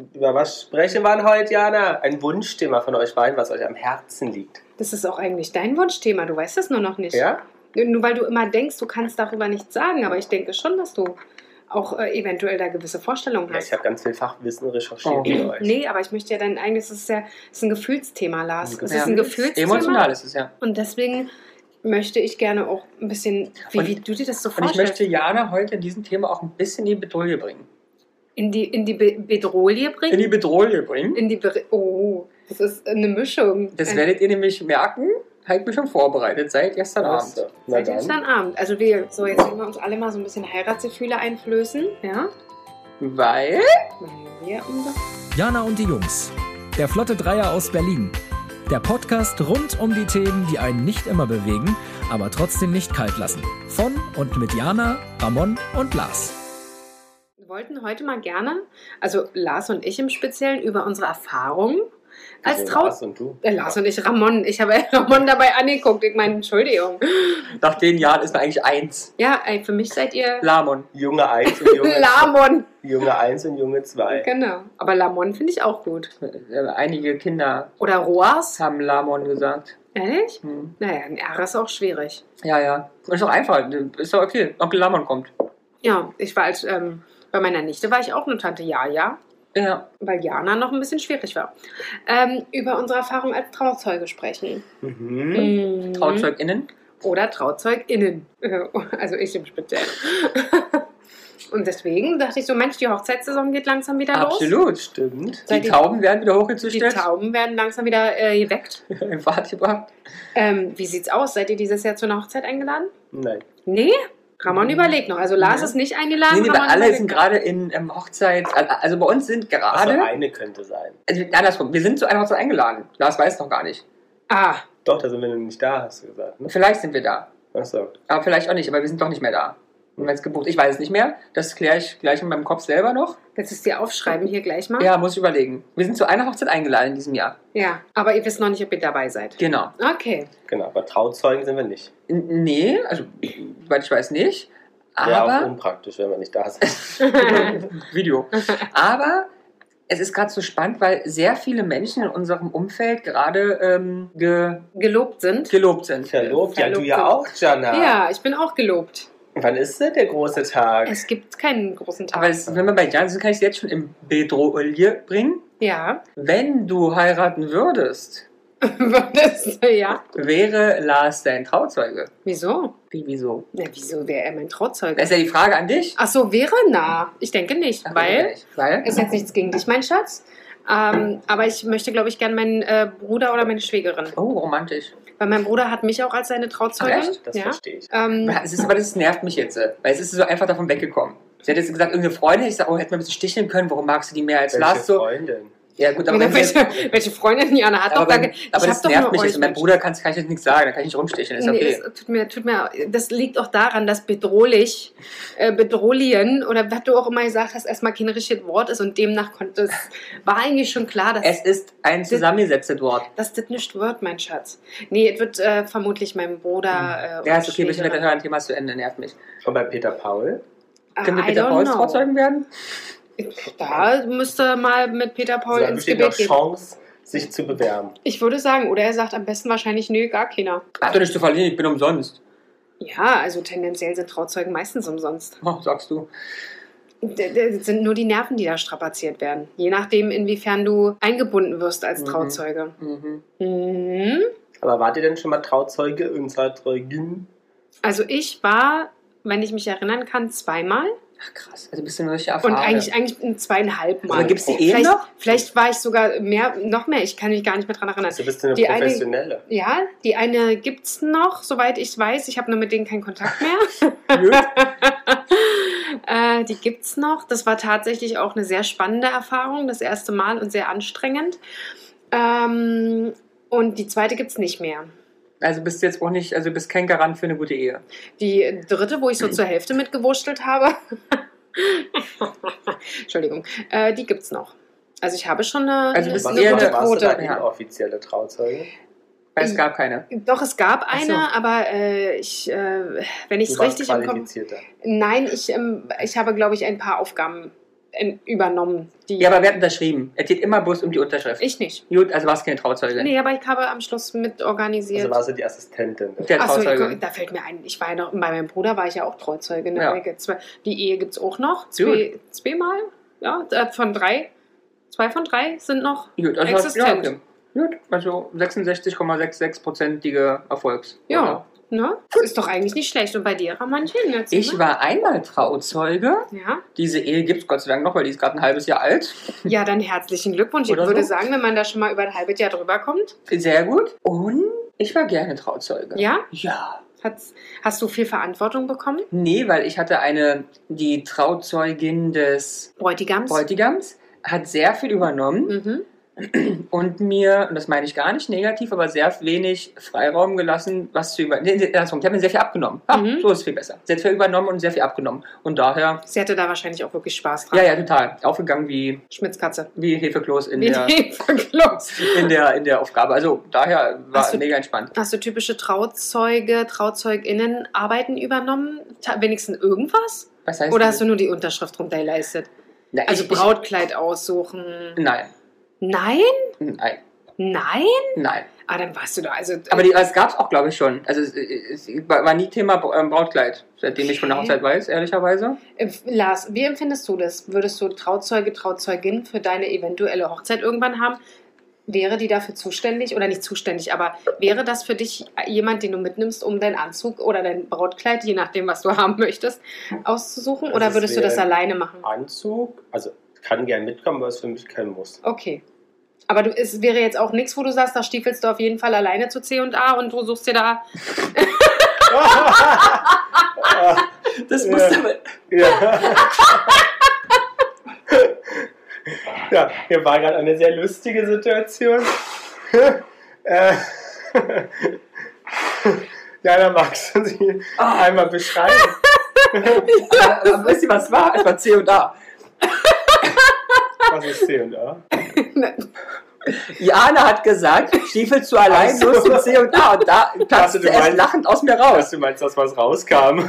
Über was sprechen wir heute, Jana? Ein Wunschthema von euch beiden, was euch am Herzen liegt. Das ist auch eigentlich dein Wunschthema, du weißt das nur noch nicht. Ja? Nur weil du immer denkst, du kannst darüber nichts sagen, aber ich denke schon, dass du auch eventuell da gewisse Vorstellungen Ja, hast. ich habe ganz viel Fachwissen recherchiert für euch. Nee, aber ich möchte ja dein eigenes, das ist ein Gefühlsthema, Lars. Es ist ein Gefühlsthema. Emotional ist es, ja. Und deswegen möchte ich gerne auch ein bisschen, wie du dir das so Und vorstellst. ich möchte Jana heute in diesem Thema auch ein bisschen in die Bedrohung bringen. In die Bedrohlie bringen? In die Bedrohung bringen. Oh, das ist eine Mischung. Das werdet ihr nämlich merken. Halt mich schon vorbereitet seit gestern Abend. So, na Seit dann. gestern Abend. Also jetzt werden wir uns alle mal so ein bisschen Heiratsgefühle einflößen. Ja? Weil? Jana und die Jungs. Der Flotte Dreier aus Berlin. Der Podcast rund um die Themen, die einen nicht immer bewegen, aber trotzdem nicht kalt lassen. Von und mit Jana, Ramon und Lars. Wir wollten heute mal gerne, also Lars und ich im Speziellen, über unsere Erfahrungen als Also Trau... Lars und du. Lars und ich, Ramon. Ich habe Ramon dabei angeguckt. Ich meine, Entschuldigung. Nach den Jahren ist man eigentlich eins. Ja, für mich seid ihr Lamon. Junge 1 und Junge Lamon. Junge 1 und Junge 2. Genau. Aber Lamon finde ich auch gut. Einige Kinder Oder Roas. haben Lamon gesagt. Ehrlich? Hm. Naja, ein R ist auch schwierig. Ja. Ist doch einfach. Ist doch okay. Onkel Lamon kommt. Ja, ich war bei meiner Nichte war ich auch eine Tante Jaja, Ja. weil Jana noch ein bisschen schwierig war. Über unsere Erfahrung als Trauzeuge sprechen. Mhm. TrauzeugInnen. Oder TrauzeugInnen. Also ich im Speziellen. Und deswegen dachte ich so, Mensch, die Hochzeitssaison geht langsam wieder los. Absolut. Stimmt. Die Seid ihr- Tauben werden wieder Die hochgezüchtet. Tauben werden langsam wieder geweckt. Im Wartebad. Wie sieht's aus? Seid ihr dieses Jahr zu einer Hochzeit eingeladen? Nein. Nee? Ramon überlegt noch. Also Lars Ja. ist nicht eingeladen. Nee, weil Ramon alle überlegt sind noch. gerade in Hochzeit. Also bei uns sind Also gerade. eine könnte sein. Also andersrum. Wir sind zu einer Hochzeit eingeladen. Lars weiß noch gar nicht. Ah, Doch, da sind wir noch nicht da, hast du gesagt. Ne? Vielleicht sind wir da. Achso. Aber vielleicht auch nicht. Aber wir sind doch nicht mehr da. Und wenn es gebucht. Ich weiß es nicht mehr. Das kläre ich gleich in meinem Kopf selber noch. willst du es dir aufschreiben hier gleich mal? Ja, muss ich überlegen. Wir sind zu einer Hochzeit eingeladen in diesem Jahr. Ja, aber ihr wisst noch nicht, ob ihr dabei seid. Genau. Okay. Genau, aber Trauzeugen sind wir nicht. Nee, also, soweit ich weiß nicht. Wäre auch Aber. unpraktisch, wenn wir nicht da sind. Video. Aber es ist gerade so spannend, weil sehr viele Menschen in unserem Umfeld gerade Gelobt sind? gelobt sind. Verlobt? Ja, du Verlobt ja sind. auch, Jana. Ja, ich bin auch gelobt. Wann ist denn der große Tag? Es gibt keinen großen Tag. Aber wenn wir bei Jan sind, kann ich es jetzt schon im Bedrohlie bringen. Ja. Wenn du heiraten würdest, Ja. wäre Lars dein Trauzeuge. Wieso? Wieso? Na, wieso wäre er mein Trauzeuge? Das ist ja die Frage an dich. Ach so, wäre? Na, ich denke nicht. Ach, Weil, nicht. Weil? ist jetzt nichts gegen dich, mein Schatz. Aber ich möchte, glaube ich, gerne meinen Bruder oder meine Schwägerin. Oh, romantisch. Weil mein Bruder hat mich auch als seine Trauzeugin. Ach, echt? Das Ja. verstehe ich. Aber das nervt mich jetzt, weil es ist so einfach davon weggekommen. Sie hat jetzt gesagt, irgendeine Freundin, ich sage, oh, hätte man ein bisschen sticheln können, warum magst du die mehr als Welche Lars? So. Freundin? Ja gut, aber, Welche Freundin Jana hat doch aber, gar aber das nervt mich jetzt. Und mein Mensch. Bruder kann ich jetzt nichts sagen, da kann ich nicht rumsticheln, ist Nee, okay. es tut mir, das liegt auch daran, dass bedrohlien oder was du auch immer gesagt hast, erstmal kein richtiges Wort ist und demnach war eigentlich schon klar, dass Es ist ein zusammengesetztes Wort. das nicht wird, mein Schatz. Nee, es wird vermutlich mein Bruder Ja, ist okay, bitte Schwägerin. hören, Thema ist zu Ende, nervt mich. Und bei Peter Paul? Können wir I Peter don't Pauls know. Trauzeugen werden? Da müsste mal mit Peter Paul Da ins besteht noch Gebet gehen. Chance, sich zu bewerben. Ich würde sagen, oder er sagt am besten wahrscheinlich, nö, gar keiner. Ach, doch nicht zu verlieren, ich bin umsonst. Ja, also tendenziell sind Trauzeugen meistens umsonst. Oh, sagst du. Es sind nur die Nerven, die da strapaziert werden. Je nachdem, inwiefern du eingebunden wirst als Trauzeuge. Mhm. Mhm. Aber wart ihr denn schon mal Trauzeuge und Trauzeugin? Also ich war, wenn ich mich erinnern kann, zweimal. Ach krass, also bist du nur richtig Und erfahren. eigentlich 2,5 Mal. Also gibt es die Ehen vielleicht, noch? vielleicht war ich sogar noch mehr. Ich kann mich gar nicht mehr dran erinnern. Also bist du eine Die eine- Professionelle. Ja, die eine gibt's noch, soweit ich weiß. Ich habe nur mit denen keinen Kontakt mehr. Nö. Die gibt's noch. Das war tatsächlich auch eine sehr spannende Erfahrung, das erste Mal und sehr anstrengend. Und die zweite gibt's nicht mehr. Also bist du jetzt auch nicht, also bist kein Garant für eine gute Ehe. Die dritte, wo ich so zur Hälfte mitgewurschtelt habe, Entschuldigung, die gibt's noch. Also ich habe schon eine, Also bist Was, eher gute eine- warst du da Quote. inoffizielle Trauzeuge? Weil es gab keine. Doch, es gab Ach so. eine, aber wenn ich Du es warst richtig im Kopf... qualifizierter. Nein, ich habe, glaube ich, ein paar Aufgaben übernommen. Ja, aber wer hat unterschrieben? Es geht immer bloß um die Unterschrift. Ich nicht. Gut, also warst keine Trauzeuge. Nee, aber ich habe am Schluss mit organisiert. Also war sie die Assistentin. Der Achso, Trauzeuge. da fällt mir ein, ich war ja noch, bei meinem Bruder war ich ja auch Trauzeuge. Ne? Ja. Die Ehe gibt es auch noch. Zweimal? Ja, von 3. 2 von 3 sind noch Gut, also existent. Ja, okay. Gut, also 66,66%ige Erfolgs. Ja, ne? Das ist doch eigentlich nicht schlecht. Und bei dir, Ramonchen? Ich war einmal Trauzeuge. Ja. Diese Ehe gibt es Gott sei Dank noch, weil die ist gerade ein halbes Jahr alt. Ja, dann herzlichen Glückwunsch. Ich Oder würde so. sagen, wenn man da schon mal über ein halbes Jahr drüber kommt. Sehr gut. Und ich war gerne Trauzeuge. Ja? Ja. Hast du viel Verantwortung bekommen? Nee, weil ich hatte die Trauzeugin des Bräutigams? hat sehr viel übernommen. Mhm. Und mir, und das meine ich gar nicht negativ, aber sehr wenig Freiraum gelassen, was zu übernehmen. Die hat mir sehr viel abgenommen. So ist es viel besser. Sie hat viel übernommen und sehr viel abgenommen. Und daher... Sie hatte da wahrscheinlich auch wirklich Spaß dran. Ja, total. Aufgegangen wie Schmitzkatze. Wie Hefekloß in der Aufgabe. Also daher war mega entspannt. Hast du typische Trauzeuginnen-Arbeiten übernommen? Wenigstens irgendwas? Was heißt Oder das? hast du nur die Unterschrift runtergeleistet? Na, Also Brautkleid aussuchen. Nein. Nein? Nein. Nein? Nein. Ah, dann warst du da. Also, Aber es gab es auch, glaube ich, schon. Also es war nie Thema Brautkleid, seitdem ich von der Hochzeit weiß, ehrlicherweise. Lars, wie empfindest du das? Würdest du Trauzeugin für deine eventuelle Hochzeit irgendwann haben? Wäre die dafür zuständig oder nicht zuständig, aber wäre das für dich jemand, den du mitnimmst, um deinen Anzug oder dein Brautkleid, je nachdem, was du haben möchtest, auszusuchen? Also oder würdest du das alleine machen? Anzug, also kann gern mitkommen, aber es für mich kein Muss. Okay. Aber es wäre jetzt auch nichts, wo du sagst, da stiefelst du auf jeden Fall alleine zu C&A und du suchst dir da... Das musst du... Ja. Ja, hier war gerade eine sehr lustige Situation. Ja, dann magst du sie einmal beschreiben. Aber wisst ihr, was war? Es war C&A. Was ist C&A? Jana hat gesagt, stiefelst du allein, Ach so. los zum C&A. Und da platzte du erst meinst- lachend aus mir raus. Du meinst, dass was rauskam?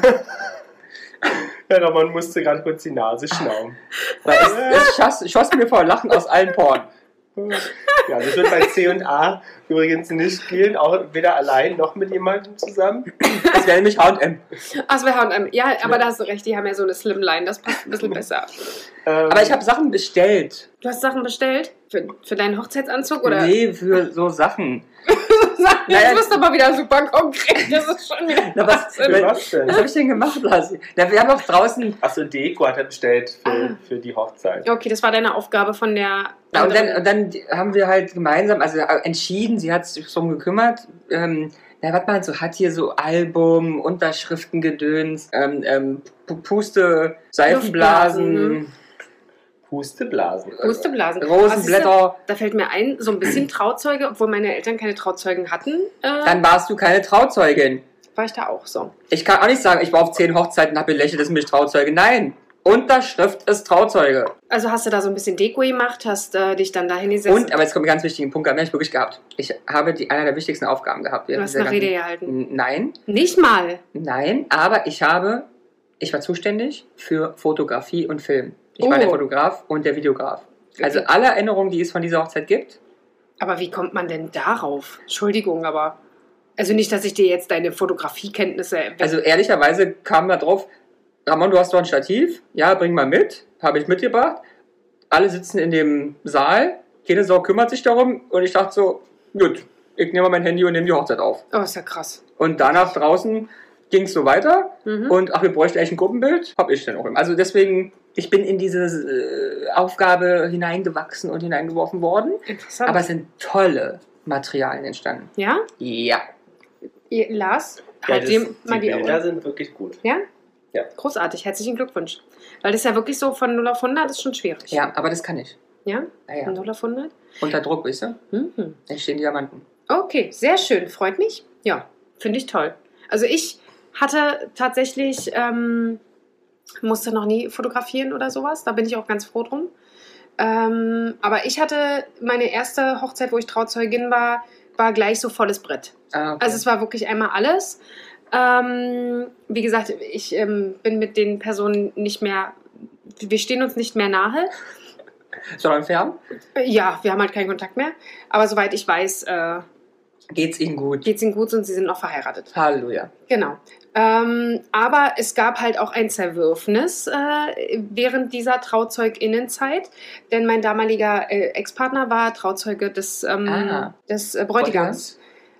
Ja, doch, man musste gerade kurz die Nase schnauben. Weil es schoss mir vor Lachen aus allen Poren. Ja, das wird bei C&A übrigens nicht gehen, auch weder allein noch mit jemandem zusammen. Das wäre nämlich H&M. Ach, es wäre H&M. Ja, aber da hast du recht, die haben ja so eine Slimline, das passt ein bisschen besser. Aber ich habe Sachen bestellt. Du hast Sachen bestellt? Für deinen Hochzeitsanzug? Oder? Nee, für so Sachen. Jetzt Naja. bist du aber wieder super konkret. Das ist schon wieder Na, was denn? habe ich denn gemacht, Lasi? Na, wir haben auch draußen... Achso, Deko hat er bestellt für die Hochzeit. Okay, das war deine Aufgabe von der... Ja, und dann haben wir halt gemeinsam, also entschieden, sie hat sich darum gekümmert, was man so hat hier, so Album, Unterschriften, Gedöns, Puste, Seifenblasen, Pusteblasen. Pusteblasen. Rosenblätter. Da fällt mir ein, so ein bisschen Trauzeuge, obwohl meine Eltern keine Trauzeugen hatten, Dann warst du keine Trauzeugin. war ich da auch so. Ich kann auch nicht sagen, ich war auf 10 Hochzeiten und habe belächelt, das ist mich Trauzeuge. Nein, Unterschrift ist Trauzeuge. Also hast du da so ein bisschen Deko gemacht, hast dich dann da hingesetzt. Und, aber jetzt kommt ein ganz wichtiger Punkt, den habe ich wirklich gehabt. Ich habe einer der wichtigsten Aufgaben gehabt. Du hast eine Rede gehalten. Nein, Nicht mal. aber ich war zuständig für Fotografie und Film. Ich war der Fotograf und der Videograf. Also Okay. alle Erinnerungen, die es von dieser Hochzeit gibt. Aber wie kommt man denn darauf? Entschuldigung, aber... Also nicht, dass ich dir jetzt deine Fotografiekenntnisse... Also ehrlicherweise kam da drauf, Ramon, du hast doch ein Stativ. Ja, bring mal mit. Habe ich mitgebracht. Alle sitzen in dem Saal. Keine Sau kümmert sich darum. Und ich dachte so, gut, ich nehme mal mein Handy und nehme die Hochzeit auf. Oh, ist ja krass. Und danach draußen ging es so weiter. Mhm. Und ach, wir bräuchten echt ein Gruppenbild. Hab ich dann auch immer. Also deswegen, ich bin in diese Aufgabe hineingewachsen und hineingeworfen worden. Interessant. Aber es sind tolle Materialien entstanden. ja? Ja. Lars, Ja, halt dem mal die Bilder Ohren. sind wirklich gut. Ja? Ja. Großartig, herzlichen Glückwunsch. Weil das ja wirklich so von 0 auf 100 ist schon schwierig. Ja, aber das kann ich. Ja? Naja. Von 0 auf 100? Unter Druck, weißt du? Mhm. Da stehen Diamanten. Okay, sehr schön, freut mich. Ja, finde ich toll. Also ich hatte tatsächlich, musste noch nie fotografieren oder sowas, da bin ich auch ganz froh drum. Aber ich hatte meine erste Hochzeit, wo ich Trauzeugin war gleich so volles Brett. Ah, okay. Also es war wirklich einmal alles. Wie gesagt, ich bin mit den Personen nicht mehr wir stehen uns nicht mehr nahe. Sondern fern? Ja, wir haben halt keinen Kontakt mehr. Aber soweit ich weiß, Geht's Ihnen gut? geht's ihnen gut und sie sind noch verheiratet. Halleluja. Genau. Aber es gab halt auch ein Zerwürfnis während dieser TrauzeugInnenzeit, denn mein damaliger Ex-Partner war Trauzeuge des Bräutigams.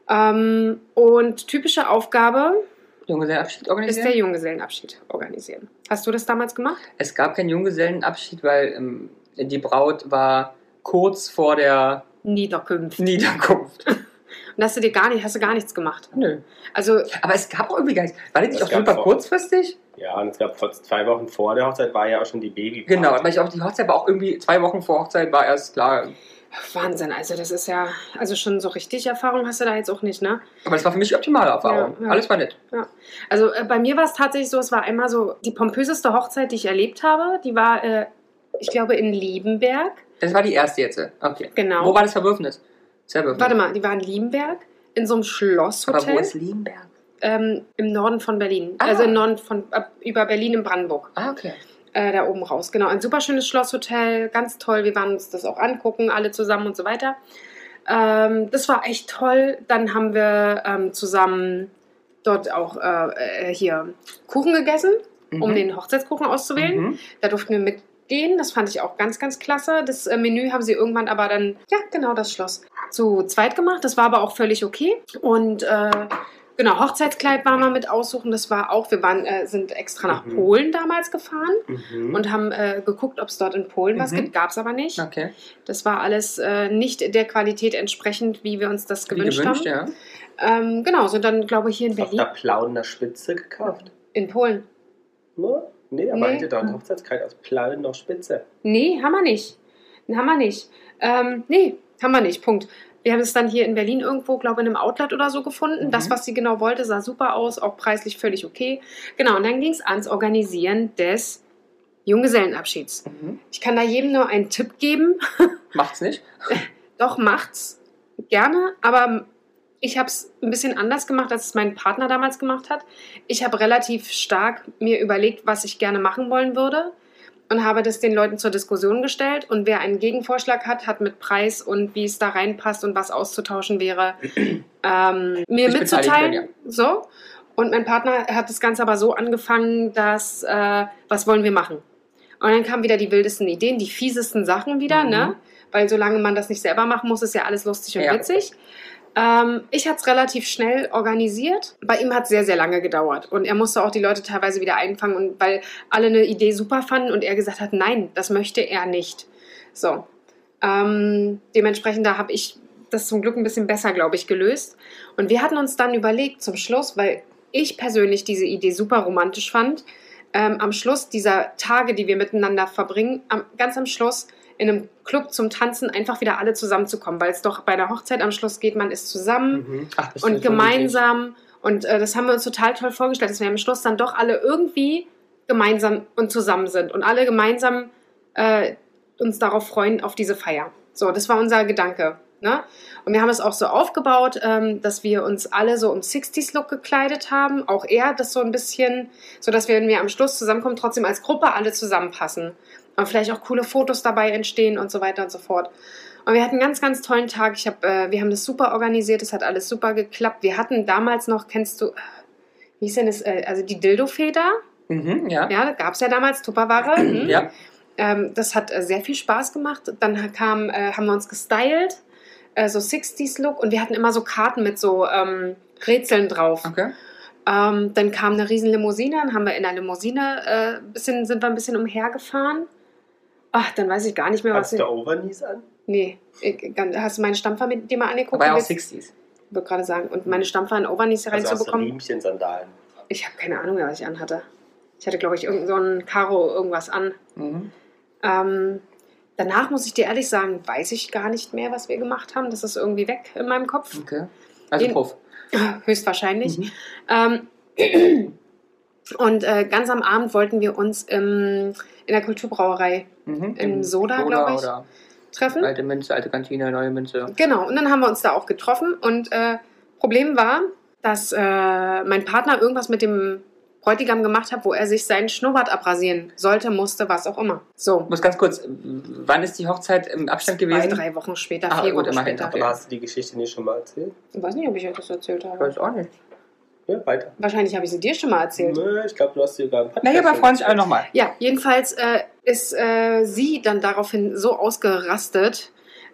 Und typische Aufgabe Junggesellenabschied ist organisieren? der Junggesellenabschied organisieren. Hast du das damals gemacht? Es gab keinen Junggesellenabschied, weil die Braut war kurz vor der Niederkunft. Niederkunft. Und hast du gar nichts gemacht. Nö. Also, Aber es gab auch irgendwie gar nichts. War das nicht Es auch gab super vor- kurzfristig? Ja, und es gab 2 Wochen vor der Hochzeit war ja auch schon die Babyparty. Genau, aber ich glaube, die Hochzeit war auch irgendwie 2 Wochen vor Hochzeit, war erst klar. Wahnsinn. Also, das ist ja, also schon so richtig Erfahrung hast du da jetzt auch nicht, ne? Aber das war für mich die optimale Erfahrung. Ja, ja. Alles war nett. Ja. Also, bei mir war es tatsächlich so, es war einmal so die pompöseste Hochzeit, die ich erlebt habe. Die war, ich glaube, in Liebenberg. Das war die erste jetzt. Okay. Genau. Wo war das Verwürfnis? Zerwürfnis. Warte mal, die war in Liebenberg, in so einem Schlosshotel. Aber wo ist Liebenberg? Im Norden von Berlin. Ah. Also im Norden über Berlin in Brandenburg. Ah, okay. Da oben raus. Genau, ein super schönes Schlosshotel, ganz toll. Wir waren uns das auch angucken, alle zusammen und so weiter. Das war echt toll. Dann haben wir zusammen dort auch hier Kuchen gegessen, um den Hochzeitskuchen auszuwählen. Mhm. Da durften wir mitgehen. Das fand ich auch ganz, ganz klasse. Das Menü haben sie irgendwann aber dann, ja genau, das Schloss, zu zweit gemacht. Das war aber auch völlig okay. Und genau, Hochzeitskleid waren wir mit aussuchen. Das war auch, sind extra nach Polen damals gefahren und haben geguckt, ob es dort in Polen was gibt. Gab es aber nicht. Okay. Das war alles nicht der Qualität entsprechend, wie wir uns das gewünscht haben. Ja. Genau, so dann glaube ich hier in Auf Berlin. der Plaudener Spitze gekauft. In Polen. Ne? Nee, aber Nee. hätte dort Hochzeitskleid aus Plaudener Spitze. Nee, haben wir nicht. Nee, haben wir nicht. Punkt. Wir haben es dann hier in Berlin irgendwo, glaube ich, in einem Outlet oder so gefunden. Das, was sie genau wollte, sah super aus, auch preislich völlig okay. Genau, und dann ging es ans Organisieren des Junggesellenabschieds. Ich kann da jedem nur einen Tipp geben. Macht's nicht? Doch, macht's gerne, aber ich habe es ein bisschen anders gemacht, als es mein Partner damals gemacht hat. Ich habe relativ stark mir überlegt, was ich gerne machen wollen würde und habe das den Leuten zur Diskussion gestellt. Und wer einen Gegenvorschlag hat, hat mit Preis und wie es da reinpasst und was auszutauschen wäre, mir mitzuteilen. Ja. So. Und mein Partner hat das Ganze aber so angefangen, dass, was wollen wir machen? Und dann kamen wieder die wildesten Ideen, die fiesesten Sachen wieder, ne? Weil solange man das nicht selber machen muss, ist ja alles lustig und witzig. Ich hatte es relativ schnell organisiert. Bei ihm hat es sehr, sehr lange gedauert. Und er musste auch die Leute teilweise wieder einfangen, und weil alle eine Idee super fanden und er gesagt hat, nein, das möchte er nicht. So. Dementsprechend, da habe ich das zum Glück ein bisschen besser, glaube ich, gelöst. Und wir hatten uns dann überlegt zum Schluss, weil ich persönlich diese Idee super romantisch fand, am Schluss dieser Tage, die wir miteinander verbringen, ganz am Schluss in einem Club zum Tanzen einfach wieder alle zusammenzukommen, weil es doch bei der Hochzeit am Schluss geht, man ist zusammen Ach, das und ist schon gemeinsam und das haben wir uns total toll vorgestellt, dass wir am Schluss dann doch alle irgendwie gemeinsam und zusammen sind und alle gemeinsam uns darauf freuen, auf diese Feier. So, das war unser Gedanke. Ne? Und wir haben es auch so aufgebaut, dass wir uns alle so im 60s-Look gekleidet haben. Auch er das so ein bisschen, so dass wir, wenn wir am Schluss zusammenkommen, trotzdem als Gruppe alle zusammenpassen. Und vielleicht auch coole Fotos dabei entstehen und so weiter und so fort. Und wir hatten einen ganz, ganz tollen Tag. Wir haben das super organisiert, es hat alles super geklappt. Wir hatten damals noch, kennst du, wie hieß denn das, also die Dildo-Feder? Ja. Ja, das gab es ja damals, Tupperware. Ja. Das hat sehr viel Spaß gemacht. Dann haben wir uns gestylt, so 60s-Look. Und wir hatten immer so Karten mit so Rätseln drauf. Okay. Dann kam eine riesen Limousine, dann haben wir in der Limousine sind wir ein bisschen umhergefahren. Ach, dann weiß ich gar nicht mehr, was Hast du Overknees an? Nee, hast du meine Stampfer mit dir mal angeguckt? War ja auch Ich 60s. würde gerade sagen. Und meine Stampfer in Overknees Also hast du reinzubekommen. Riemchen-Sandalen. Ich habe keine Ahnung mehr, was ich anhatte. Ich hatte, glaube ich, irgend so ein Karo irgendwas an. Danach muss ich dir ehrlich sagen, weiß ich gar nicht mehr, was wir gemacht haben. Das ist irgendwie weg in meinem Kopf. Okay. Also Puff. Höchstwahrscheinlich. Und ganz am Abend wollten wir uns in der Kulturbrauerei im Soda, glaube ich, oder treffen. alte Münze, alte Kantine, neue Münze. Genau, und dann haben wir uns da auch getroffen. Und Problem war, dass mein Partner irgendwas mit dem Bräutigam gemacht habe, wo er sich seinen Schnurrbart abrasieren sollte, musste, was auch immer. So. Ich muss ganz kurz, wann ist die Hochzeit im Abstand gewesen? 3 Wochen später, Ah, 4 gut, Wochen immerhin, später. okay. Aber hast du die Geschichte nicht schon mal erzählt? Ich weiß nicht, ob ich euch das erzählt Ich habe. weiß auch nicht. Ja, weiter. Wahrscheinlich habe ich sie dir schon mal erzählt. Nö, ich glaube, du hast sie sogar im Podcast. Naja, aber freuen sich alle nochmal. Ja, jedenfalls ist sie dann daraufhin so ausgerastet,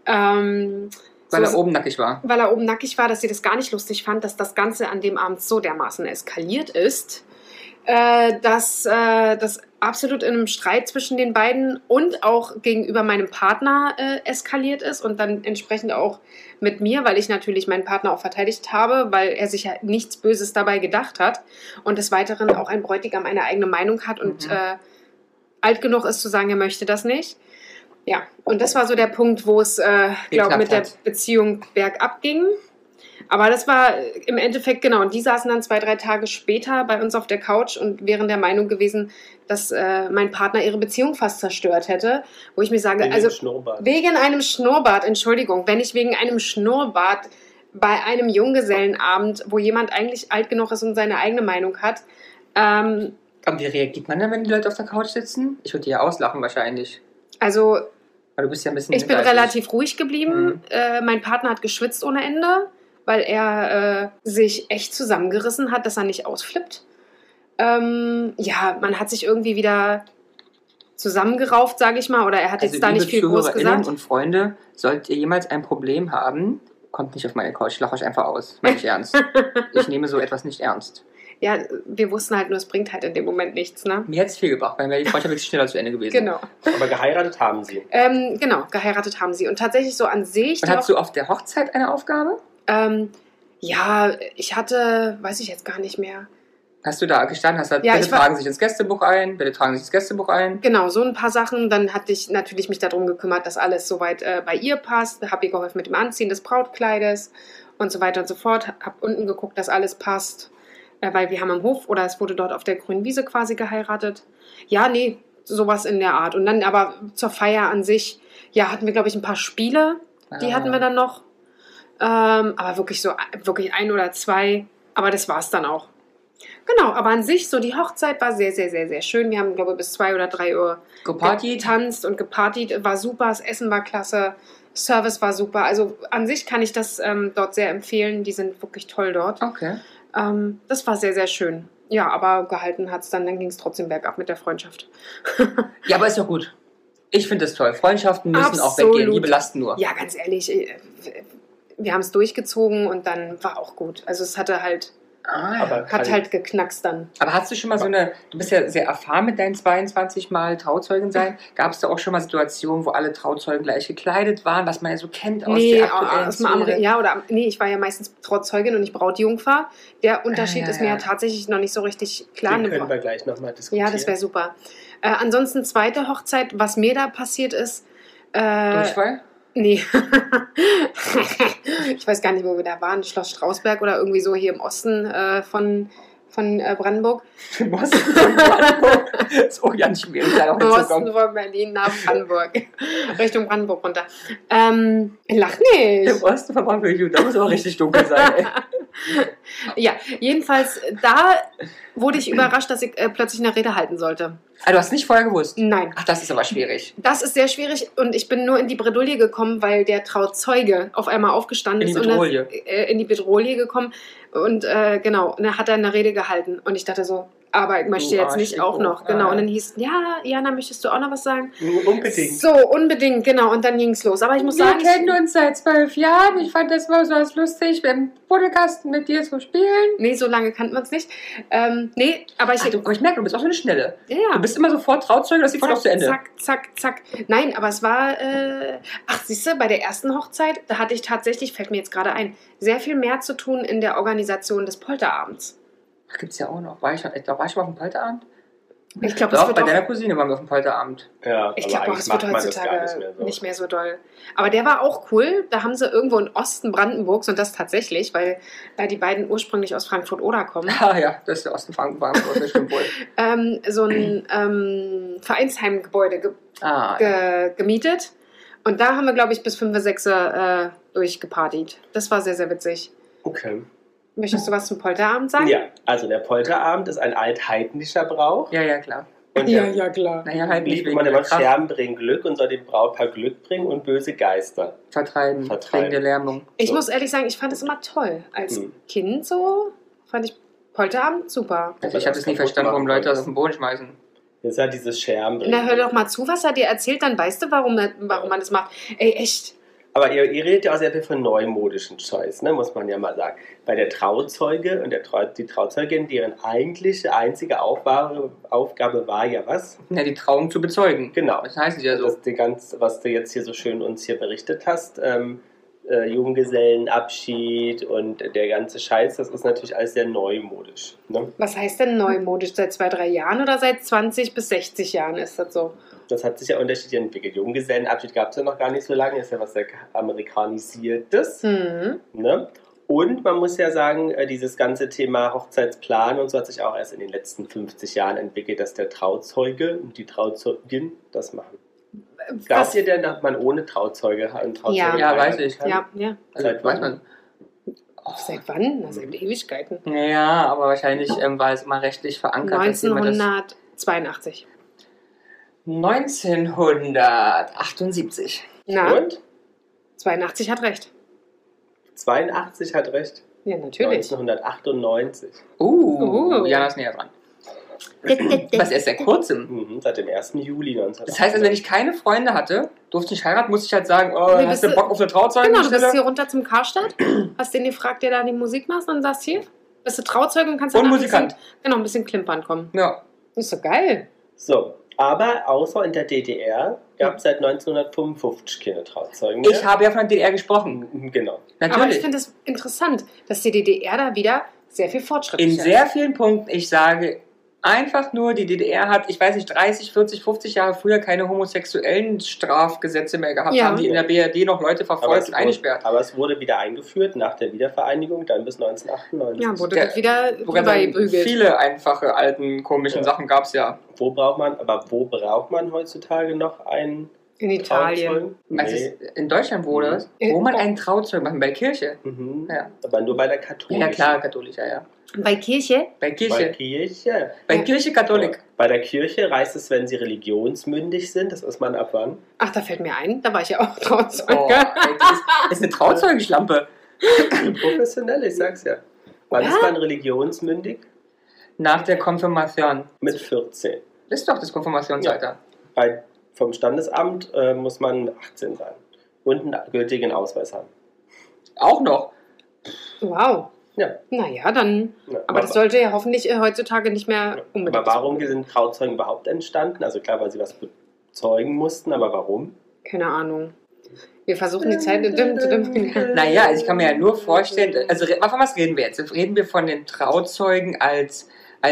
Weil er oben nackig war. weil er oben nackig war, dass sie das gar nicht lustig fand, dass das Ganze an dem Abend so dermaßen eskaliert ist, dass das absolut in einem Streit zwischen den beiden und auch gegenüber meinem Partner eskaliert ist und dann entsprechend auch mit mir, weil ich natürlich meinen Partner auch verteidigt habe, weil er sich ja nichts Böses dabei gedacht hat und des Weiteren auch ein Bräutigam eine eigene Meinung hat und alt genug ist zu sagen, er möchte das nicht. Ja, und das war so der Punkt, wo es, glaube mit der hat. Beziehung bergab ging. Aber das war im Endeffekt, genau, und die saßen dann 2, 3 Tage später bei uns auf der Couch und wären der Meinung gewesen, dass mein Partner ihre Beziehung fast zerstört hätte. Wo ich mir sage, Wegen also dem Schnurrbart. wegen einem Schnurrbart, Entschuldigung, wenn ich wegen einem Schnurrbart bei einem Junggesellenabend, wo jemand eigentlich alt genug ist und seine eigene Meinung hat, Aber wie reagiert man denn, wenn die Leute auf der Couch sitzen? Ich würde die ja auslachen wahrscheinlich. also Weil du bist ja ein bisschen ich bin geistig. relativ ruhig geblieben. Mein Partner hat geschwitzt ohne Ende, weil er sich echt zusammengerissen hat, dass er nicht ausflippt. Ja, man hat sich irgendwie wieder zusammengerauft, sage ich mal, oder er hat Also, jetzt da nicht viel groß ZuhörerInnen gesagt. und Freunde, solltet ihr jemals ein Problem haben, kommt nicht auf meine Couch, ich lache euch einfach aus. Meine ich ernst. Ich nehme so etwas nicht ernst. Ja, wir wussten halt nur, es bringt halt in dem Moment nichts, ne? Mir hätte es viel gebracht, weil wäre die Freundschaft wirklich schneller zu Ende gewesen. Genau. Aber geheiratet haben sie. Genau, geheiratet haben sie. Und tatsächlich so an sich. Und die hattest du auf der Hochzeit eine Aufgabe? ja, ich hatte, weiß ich jetzt gar nicht mehr. Hast du da gestanden, hast gesagt, Ja, bitte ich war- tragen Sie sich ins Gästebuch ein, bitte tragen Sie sich ins Gästebuch ein. Genau, so ein paar Sachen. Dann hatte ich natürlich mich darum gekümmert, dass alles soweit bei ihr passt. Habe ihr geholfen mit dem Anziehen des Brautkleides und so weiter und so fort. Habe unten geguckt, dass alles passt, weil wir haben am Hof oder es wurde dort auf der grünen Wiese quasi geheiratet. Ja, nee, sowas in der Art. Und dann aber zur Feier an sich, ja, hatten wir, glaube ich, ein paar Spiele. Die hatten wir dann noch. Aber wirklich so, wirklich 1 oder 2. Aber das war es dann auch. Genau, aber an sich, so die Hochzeit war sehr, sehr, sehr, sehr schön. Wir haben, glaube ich, bis 2 oder 3 Uhr Gepartyt? getanzt und gepartyt. War super, das Essen war klasse, Service war super. Also an sich kann ich das dort sehr empfehlen. Die sind wirklich toll dort. Okay. Das war sehr, sehr schön. Ja, aber gehalten hat es dann ging es trotzdem bergab mit der Freundschaft. Ja, aber ist doch gut. Ich finde das toll. Freundschaften müssen auch Absolut. weggehen, die belasten nur. Ja, ganz ehrlich, wir haben es durchgezogen und dann war auch gut. Also es hatte halt, Aber hat halt geknackst dann. Aber hast du schon mal so eine, du bist ja sehr erfahren mit deinen 22 Mal Trauzeugen sein, gab es da auch schon mal Situationen, wo alle Trauzeugen gleich gekleidet waren, was man ja so kennt aus Nee, der aktuellen aus dem Serie? nee, ich war ja meistens Trauzeugin und nicht Brautjungfer. Der Unterschied ja, ist mir ja. ja tatsächlich noch nicht so richtig klar. Den können wir gleich nochmal diskutieren. Ja, das wäre super. Ansonsten zweite Hochzeit, was mir da passiert ist. Durchfall? Nee. Ich weiß gar nicht, wo wir da waren. Schloss Strausberg oder irgendwie so hier im Osten von Brandenburg. Du musst von Brandenburg. Ist auch ganz schwierig, da noch Im Osten hinzukommen. von Berlin nach Brandenburg. Richtung Brandenburg runter. Lach nicht. Im Osten von Brandenburg, da muss aber richtig dunkel sein, ey. Ja, jedenfalls, da wurde ich überrascht, dass ich plötzlich eine Rede halten sollte. Ah, du hast nicht vorher gewusst? Nein. Ach, das ist aber schwierig. Das ist sehr schwierig und ich bin nur in die Bredouille gekommen, weil der Trauzeuge auf einmal aufgestanden In die ist Bedrohlie. und in die Bedrohlie gekommen und genau, und dann hat er eine Rede gehalten und ich dachte so, aber ich möchte Du jetzt nicht auch noch, genau, Ah. und dann hieß, ja, Jana, möchtest du auch noch was sagen? Unbedingt. So, unbedingt, genau, und dann ging es los, aber ich muss Wir sagen, kennen uns seit 12 Jahren. Ich fand das mal so was lustig, im Buddelkasten mit dir zu spielen. nee, so lange kannten wir uns nicht, nee, aber ich, Aber ich merke, du bist auch so eine Schnelle. ja, Du bist immer sofort Trauzeuge, das ist sofort auch zu Ende. Zack, zack, zack. Nein, aber es war, ach, siehst du, bei der ersten Hochzeit, da hatte ich tatsächlich, fällt mir jetzt gerade ein, sehr viel mehr zu tun in der Organisation des Polterabends. Ach, gibt's ja auch noch. War ich schon mal auf dem Polterabend? Ich glaube, es Doch, wird bei auch, deiner Cousine waren wir auf dem Polterabend. Ja, ich aber glaube auch, eigentlich es wird macht man das gar heutzutage nicht mehr so. doll. Aber der war auch cool. Da haben sie irgendwo im Osten Brandenburgs, und das tatsächlich, weil die beiden ursprünglich aus Frankfurt-Oder kommen, Ah ja, das ist der Osten Frankfurt, das stimmt wohl. so ein Vereinsheimgebäude gemietet. Und da haben wir, glaube ich, bis 5, 6 durchgepartyt. Das war sehr, sehr witzig. Okay. Möchtest du was zum Polterabend sagen? Ja, also der Polterabend ist ein altheidnischer Brauch. Ja, klar. Und der klar. Naja, halt nicht lieb wegen man der immer Kraft. Scherben bringen Glück und soll dem Brautpaar Glück bringen und böse Geister. Vertreiben. Wegen der Lähmung. Ich So. muss ehrlich sagen, ich fand es immer toll. Als Hm. Kind so fand ich Polterabend super. Also ich habe es nie verstanden, warum Leute das auf den Boden schmeißen. Das ist ja dieses Scherben Na, hör bringen. doch mal zu, was er dir erzählt, dann weißt du, warum man das macht. Ey, echt. Aber ihr redet ja auch sehr viel von neumodischen Scheiß, ne, muss man ja mal sagen. Bei der Trauzeuge und die Trauzeugin, deren eigentliche, einzige Aufgabe war ja was? Ja, die Trauung zu bezeugen. Genau. Das heißt ja so. Was du jetzt hier so schön uns hier berichtet hast, Junggesellenabschied und der ganze Scheiß, das ist natürlich alles sehr neumodisch. Ne? Was heißt denn neumodisch? Seit 2-3 Jahren oder seit 20 bis 60 Jahren ist das so? Das hat sich ja unterschiedlich entwickelt. Junggesellenabschied gab es ja noch gar nicht so lange, ist ja was sehr amerikanisiertes. Hm. Ne? Und man muss ja sagen, dieses ganze Thema Hochzeitsplan und so hat sich auch erst in den letzten 50 Jahren entwickelt, dass der Trauzeuge und die Trauzeugin das machen. Glaubt ihr denn, dass man ohne Trauzeuge einen Trauzeuge Ja. Ja, weiß heiraten ich. kann? Ja. Also, Seit weiß wann? man. Seit wann? Na, seit Ewigkeiten. Ja, aber wahrscheinlich war es immer rechtlich verankert. dass jemand das- 1982. 1978. Na, Und? 82 hat recht. 82 hat recht. Ja, natürlich. 1998. Jana ist näher dran. Was erst seit kurzem. Mhm, seit dem 1. Juli 1998. Das heißt, also, wenn ich keine Freunde hatte, durfte ich nicht heiraten, musste ich halt sagen, oh, Nee, hast bist du Bock auf eine Genau, du bist Trauzeugenstelle? hier runter zum Karstadt, hast den gefragt, der da die Musik macht und sagst hier, bist du Trauzeuge und kannst Und danach Musikant. ein bisschen klimpern kommen. Ja. Ist doch geil. So, aber außer in der DDR gab es seit 1955 keine Trauzeugen mehr. Ich habe ja von der DDR gesprochen. Mhm, genau. Aber ich Natürlich. finde es interessant, dass die DDR da wieder sehr viel Fortschritt In sehr vielen Punkten, ich sage einfach nur, die DDR hat, ich weiß nicht, 30, 40, 50 Jahre früher keine homosexuellen Strafgesetze mehr gehabt, Ja. haben die in der BRD noch Leute verfolgt und eingesperrt. Aber es wurde wieder eingeführt nach der Wiedervereinigung, dann bis 1998. Ja, wurde Der- das wieder Wo ganz rübergebügelt. viele einfache, alten, komischen Ja. Sachen gab es ja. Wo braucht man heutzutage noch einen In Italien. Trauzeugen? Meinst du, Nee. in Deutschland wurde das? Mhm. Wo man einen Trauzeugen machen, bei Kirche. Mhm. Ja. Aber nur bei der Katholischen. Ja klar, katholisch, ja. Bei Kirche? Bei Bei Kirche. Kirche. Bei Ja. Kirche Katholik. Bei der Kirche reicht es, wenn sie religionsmündig sind. Das ist man ab wann? Ach, da fällt mir ein, da war ich ja auch Trauzeuge. Oh, ey, das ist eine Trauzeugenschlampe. Professionell, ich sag's ja. Wann ist man religionsmündig? Nach der Konfirmation. Mit 14. Das ist doch das Konfirmationsalter. Vom Standesamt muss man 18 sein. Und einen gültigen Ausweis haben. Auch noch. Wow. Ja. Naja, dann. Ja, Aber das sollte ja hoffentlich heutzutage nicht mehr unbedingt. Aber warum sind Trauzeugen überhaupt entstanden? Also klar, weil sie was bezeugen mussten, aber warum? Keine Ahnung. Wir versuchen die Zeit. Naja, also ich kann mir ja nur vorstellen, also von was reden wir jetzt? Reden wir von den Trauzeugen als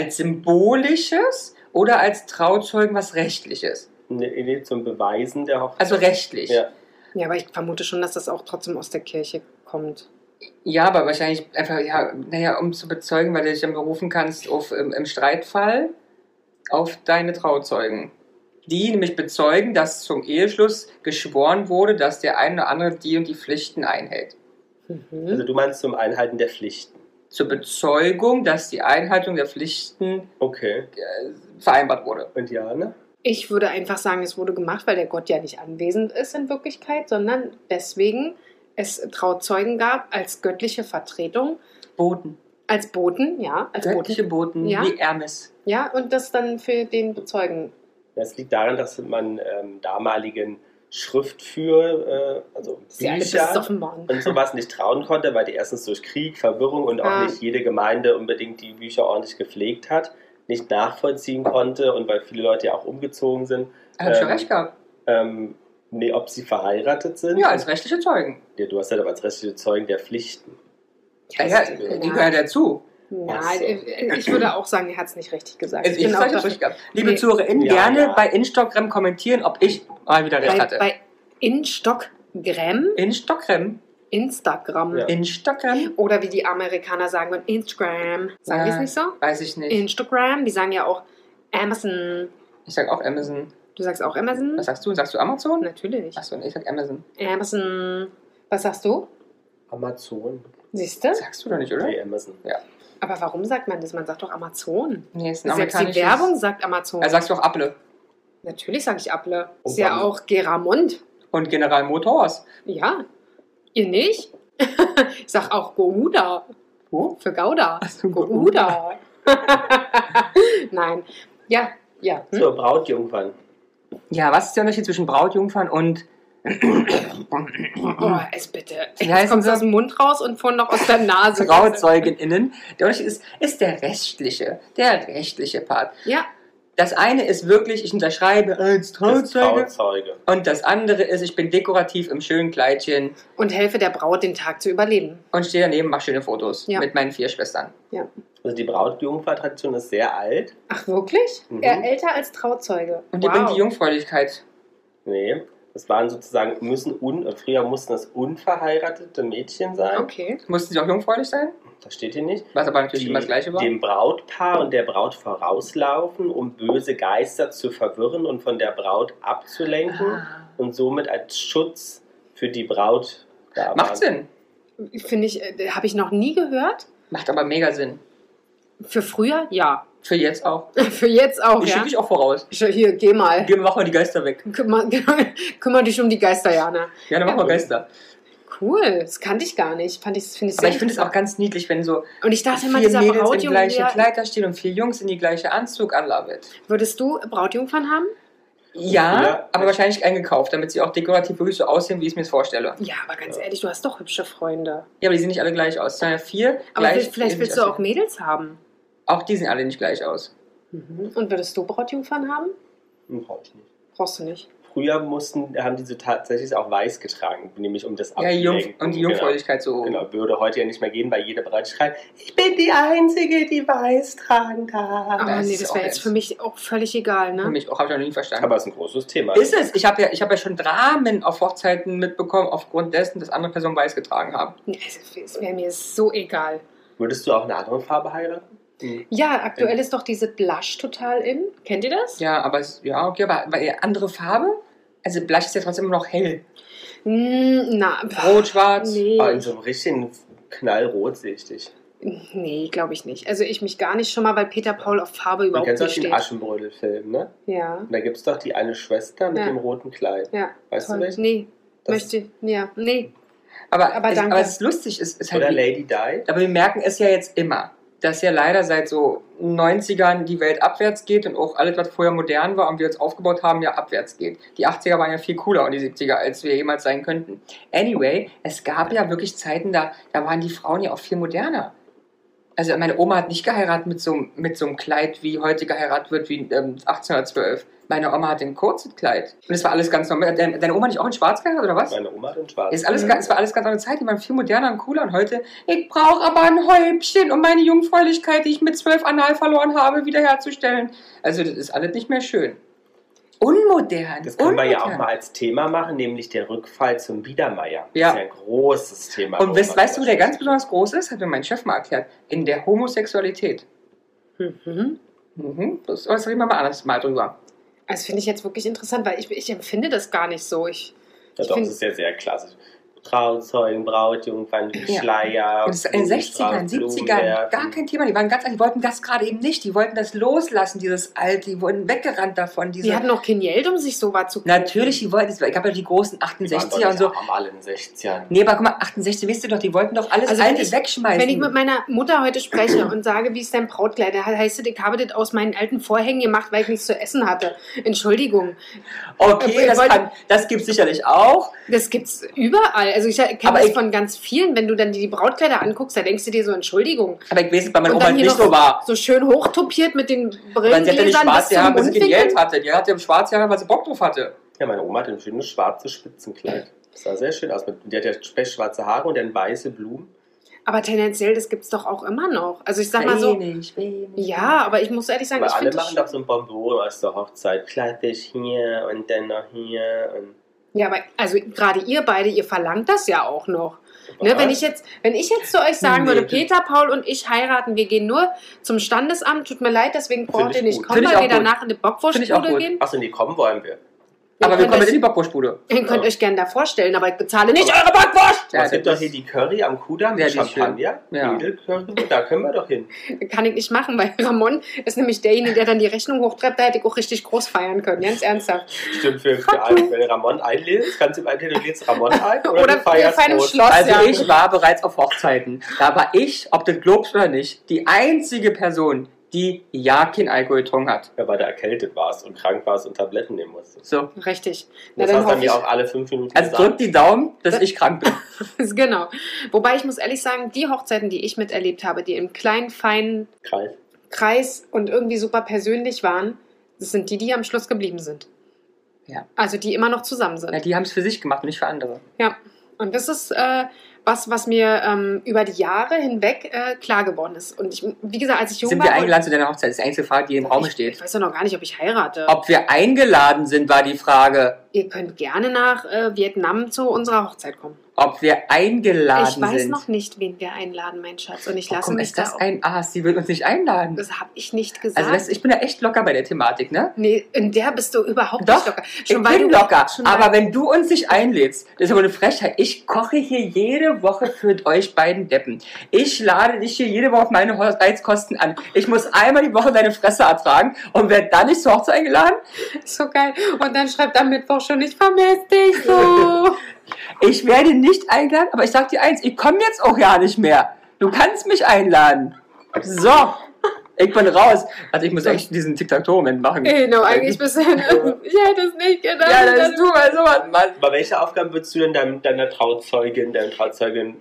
symbolisches oder als Trauzeugen was rechtliches? Nee, zum Beweisen der Hochzeit. Also rechtlich. Ja. Ja, aber ich vermute schon, dass das auch trotzdem aus der Kirche kommt. Ja, aber wahrscheinlich einfach, ja, naja, um zu bezeugen, weil du dich dann berufen kannst auf, im Streitfall auf deine Trauzeugen. Die nämlich bezeugen, dass zum Eheschluss geschworen wurde, dass der eine oder andere die und die Pflichten einhält. Mhm. Also du meinst zum Einhalten der Pflichten. Zur Bezeugung, dass die Einhaltung der Pflichten Okay. vereinbart wurde. Und Jana? Ich würde einfach sagen, es wurde gemacht, weil der Gott ja nicht anwesend ist in Wirklichkeit, sondern deswegen es Trauzeugen gab als göttliche Vertretung, Boten. als Boten, ja, als Göttliche Boten. Boten Ja. wie Hermes. Ja, und das dann für den bezeugen. Das liegt daran, dass man damaligen Schriftführer, also Sie alle Bücher besoffen und sowas nicht trauen konnte, weil die erstens durch Krieg, Verwirrung und auch nicht jede Gemeinde unbedingt die Bücher ordentlich gepflegt hat, nicht nachvollziehen konnte und weil viele Leute ja auch umgezogen sind. Hat schon recht gehabt. Nee, ob sie verheiratet sind. Ja, als rechtliche Zeugen. Ja, du hast ja aber als rechtliche Zeugen der Pflichten. Ja, die gehören dazu. Ja, Ach so. ich würde auch sagen, er hat es nicht richtig gesagt. Also ich bin auch sage das dafür- richtig gehabt. Liebe Nee. ZuhörerInnen, Ja, gerne ja. bei Instagram kommentieren, ob ich mal wieder recht hatte. bei Instagram, Instagram Ja. Instagram? oder wie die Amerikaner sagen würden, Instagram. Sagen die es nicht so? Weiß ich nicht. Instagram, die sagen ja auch Amazon. Ich sag auch Amazon. Du sagst auch Amazon? Was sagst du? Sagst du Amazon? Natürlich. Achso, ich sag Amazon. Amazon. Was sagst du? Amazon. Siehst du? Sagst du doch nicht, oder? Nee, Amazon. Ja. Aber warum sagt man das? Man sagt doch Amazon. Nee, ist ein Selbst die amerikanisches... Werbung sagt Amazon. Also sagst du auch Apple. Natürlich sage ich Apple. Und Ist ja dann- auch Geramond. Und General Motors. Ja. Ihr nicht? Ich sag auch Gouda. Wo? Für Gouda. Ach so, Gouda. Nein. Ja. So, Brautjungfern. Ja, was ist der Unterschied zwischen Brautjungfern und... Oh, es bitte. Wie Jetzt heißen kommt sie? aus dem Mund raus und vorhin noch aus der Nase. TrauzeugenInnen. Der Unterschied ist der rechtliche Part. Ja. Das eine ist wirklich, ich unterschreibe als Trauzeuge. Trauzeuge. Und das andere ist, ich bin dekorativ im schönen Kleidchen Und helfe der Braut, den Tag zu überleben. und stehe daneben, mache schöne Fotos Ja. mit meinen 4 Schwestern. Also die Brautjungfer-Tradition ist sehr alt. Ach, wirklich? Mhm. Älter als Trauzeuge. Und die bringt die Jungfräulichkeit. Nee, das waren sozusagen, früher mussten das unverheiratete Mädchen sein. Okay. Mussten sie auch jungfräulich sein? Das steht hier nicht. Was aber natürlich immer das Gleiche war. Dem Brautpaar und der Braut vorauslaufen, um böse Geister zu verwirren und von der Braut abzulenken und somit als Schutz für die Braut da Macht waren. Sinn. Finde ich, habe ich noch nie gehört. Macht aber mega Sinn. Für früher, ja. Für jetzt auch. Für jetzt auch, Ich ja. schicke dich auch voraus. Hier, geh mal. Mach mal die Geister weg. Kümmer dich um die Geister, Jana. Ja, dann mach mal Geister. Cool, das kannte ich gar nicht. Finde ich Aber ich finde es auch ganz niedlich, wenn so Und ich dachte immer, 4 dieser Mädels im Brautjungfer, gleichen Kleid da stehen und 4 Jungs in die gleiche Anzug. I love it. würdest du Brautjungfern haben? Ja, Ja. aber wahrscheinlich eingekauft, damit sie auch dekorativ wirklich so aussehen, wie ich es mir vorstelle. Ja, aber ganz ehrlich, du hast doch hübsche Freunde. Ja, aber die sehen nicht alle gleich aus. Es sind ja 4 Aber gleich. vielleicht willst du auch Mädels haben. Auch die sehen alle nicht gleich aus. Und würdest du Brautjungfern haben? Brauche ich nicht. Brauchst du nicht. Früher haben die so tatsächlich auch weiß getragen, nämlich um das Ja, und die Jungfräulichkeit so. Genau, würde heute ja nicht mehr gehen, weil jede Braut schreit, ich bin die Einzige, die weiß tragen darf. Aber das nee, ist das auch wäre jetzt jetzt- für mich auch völlig egal, Für ne? mich auch, habe ich noch nie verstanden. Aber es ist ein großes Thema. Ist es? Ich habe ja schon Dramen auf Hochzeiten mitbekommen, aufgrund dessen, dass andere Personen weiß getragen haben. Nee, es wäre mir so egal. Würdest du auch eine andere Farbe heiraten? Ja, aktuell ist doch diese Blush total in. Kennt ihr das? Ja, aber okay, aber andere Farbe? Also Blush ist ja trotzdem immer noch hell. Na, Rot, schwarz. Nee, Aber in so einem richtigen Knallrot sehe ich dich. nee glaube ich nicht. Also ich mich gar nicht schon mal, weil Peter Paul auf Farbe Du überhaupt kennst doch nicht den steht. Aschenbrödel-Film, ne? Ja, Und da gibt es doch die eine Schwester mit Ja. dem roten Kleid. ja. Weißt toll. du welchen? Nee, Das- nee. Aber danke. es ist lustig, es ist halt Oder wie- Lady Di. Aber wir merken es ja jetzt immer, dass ja leider seit so 90ern die Welt abwärts geht und auch alles, was vorher modern war und wir uns aufgebaut haben, ja abwärts geht. Die 80er waren ja viel cooler und die 70er, als wir jemals sein könnten. Anyway, es gab ja wirklich Zeiten, da waren die Frauen ja auch viel moderner. Also meine Oma hat nicht geheiratet mit so einem Kleid, wie heute geheiratet wird, wie 1812. Meine Oma hatte ein kurzes Kleid. Und es war alles ganz normal. Deine Oma nicht auch in schwarz geheiratet, oder was? Meine Oma hat in schwarz. Es war alles ganz andere Zeit, die waren viel moderner und cooler und heute, ich brauche aber ein Häubchen, um meine Jungfräulichkeit, die ich mit 12 anal verloren habe, wiederherzustellen. Also das ist alles nicht mehr schön. Unmodern. Das können wir ja auch mal als Thema machen, nämlich der Rückfall zum Biedermeier. Ja. Das ist ja ein großes Thema. Und wo weißt man du, wo drüber der ganz spricht. besonders groß ist? Hat mir mein Chef mal erklärt. In der Homosexualität. Mhm. Das reden wir mal anders mal drüber. Das finde ich jetzt wirklich interessant, weil ich empfinde das gar nicht so. Ja, ich doch, find- das ist ja sehr klassisch. Trauzeugen, Brautjungfern, Ja. Schleier. Und das ist in den 60ern, 70ern gar kein Thema. Die waren ganz alt, die wollten das gerade eben nicht. Die wollten das loslassen, dieses Alte. Die wurden weggerannt davon. Die hatten auch kein Geld, um sich so was zu Natürlich, die wollten, es gab ja die großen 68er und so. Haben alle in den 60ern. Nee, aber guck mal, 68, wisst ihr doch, die wollten doch alles Also wenn Alte ich- wegschmeißen. Wenn ich mit meiner Mutter heute spreche und sage, wie ist dein Brautkleid, dann heißt es, ich habe das aus meinen alten Vorhängen gemacht, weil ich nichts zu essen hatte. Entschuldigung. Okay, das gibt es sicherlich auch. Das gibt's überall. Also ich kenne Aber das ich- von ganz vielen. Wenn du dann die Brautkleider anguckst, da denkst du dir so, Entschuldigung. Aber ich weiß nicht, bei meiner Und Oma dann hier nicht noch so war. so schön hochtopiert mit den Weil sie hatte nicht Brillengläsern bis schwarze zum Haare, weil sie kein Mundwinkel. Geld hatte. Die hatte schwarze Haare, weil sie Bock drauf hatte. Ja, meine Oma hat ein schönes schwarzes Spitzenkleid. Das sah sehr schön aus. Die hat ja schwarze Haare und dann weiße Blumen. Aber tendenziell, das gibt's doch auch immer noch. Also ich sag mal so, Wenig. ja, aber ich muss ehrlich sagen, Aber ich alle finde machen doch so ein Bonbon aus der Hochzeit. Kleid dich hier und dann noch hier. Und ja, aber also gerade ihr beide, ihr verlangt das ja auch noch. Ne, Was? wenn ich jetzt zu euch sagen Nee, würde, das- Peter, Paul und ich heiraten, wir gehen nur zum Standesamt, tut mir leid, deswegen braucht Find ihr ich nicht gut. kommen, Find ich weil auch wir gut. danach in die Find ich auch Bockwurstbude gut. gehen. Achso, nee, kommen wollen wir. Aber wir kommen in die Bockwurstbude. Ihr könnt euch gerne da vorstellen, aber ich bezahle nicht eure Bockwurst! Ja, es gibt doch hier die Curry am Kudamm mit Champagner. Ja. Edelcurry, da können wir doch hin. Kann ich nicht machen, weil Ramon ist nämlich derjenige, der dann die Rechnung hochtreibt. Da hätte ich auch richtig groß feiern können, ganz ernsthaft. Stimmt, wenn Ramon einlädst, kannst du ihm entweder du lädst Ramon ein oder du feierst im Schloss. Also ich war bereits auf Hochzeiten. Da war ich, ob du glaubst oder nicht, die einzige Person, die ja keinen Alkohol getrunken hat. Ja, weil du erkältet warst und krank warst und Tabletten nehmen musstest. So. Richtig. Das hast du mir auch alle 5 Minuten gesagt. Also drück die Daumen, dass ich krank bin. Genau. Wobei ich muss ehrlich sagen, die Hochzeiten, die ich miterlebt habe, die im kleinen, feinen Kreis und irgendwie super persönlich waren, das sind die am Schluss geblieben sind. Ja. Also die immer noch zusammen sind. Ja, die haben es für sich gemacht und nicht für andere. Ja. Und das ist was mir über die Jahre hinweg klar geworden ist. Und ich, wie gesagt, als ich jung war... Sind wir eingeladen zu deiner Hochzeit? Das ist die einzige Frage, die im Raum steht. Ich weiß ja noch gar nicht, ob ich heirate. Ob wir eingeladen sind, war die Frage. Ihr könnt gerne nach Vietnam zu unserer Hochzeit kommen. Ob wir eingeladen sind. Ich weiß noch nicht, wen wir einladen, mein Schatz. Und ich lasse mich ist das ein Aas? Sie will uns nicht einladen. Das habe ich nicht gesagt. Also ich bin da echt locker bei der Thematik, ne? Nee, in der bist du überhaupt Doch, nicht locker. Ich bin locker. Aber wenn du uns nicht einlädst, das ist aber eine Frechheit. Ich koche hier jede Woche für euch beiden Deppen. Ich lade dich hier jede Woche auf meine Hochzeitskosten an. Ich muss einmal die Woche deine Fresse ertragen und werde dann nicht zur Hochzeit eingeladen? So geil. Und dann schreibt am Mittwoch schon, ich vermisse dich so. Ich werde nicht eingeladen, aber ich sag dir eins, ich komme jetzt auch ja nicht mehr. Du kannst mich einladen. So, ich bin raus. Also ich muss echt diesen Tic-Tac-Toe-Moment machen. Genau, eigentlich bist du... Ich hätte es nicht gedacht. Ja, das ist du mal sowas, Mann. Aber welche Aufgaben würdest du denn deiner Trauzeugin verantworten?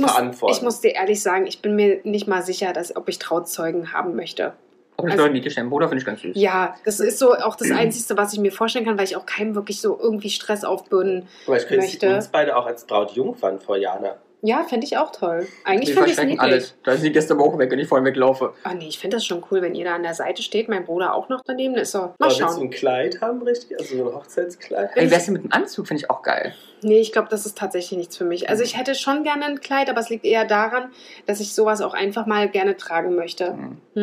Ich muss dir ehrlich sagen, ich bin mir nicht mal sicher, ob ich Trauzeugen haben möchte. Aber das ist doch ein niedlicher Bruder, finde ich ganz süß. Ja, das ist so auch das Einzige, was ich mir vorstellen kann, weil ich auch keinem wirklich so irgendwie Stress aufbürden möchte. Aber ich könnte uns beide auch als Brautjungfern vor Jana. Ja, fände ich auch toll. Eigentlich finde ich es niedlich. Alles. Da sind die Gäste aber auch weg, wenn ich vorhin weglaufe. Oh nee, ich finde das schon cool, wenn ihr da an der Seite steht. Mein Bruder auch noch daneben. Ist so, mal schauen. Willst du ein Kleid haben, richtig? Also so ein Hochzeitskleid? Ey, wärst du mit einem Anzug, finde ich auch geil. Nee, ich glaube, das ist tatsächlich nichts für mich. Also ich hätte schon gerne ein Kleid, aber es liegt eher daran, dass ich sowas auch einfach mal gerne tragen möchte.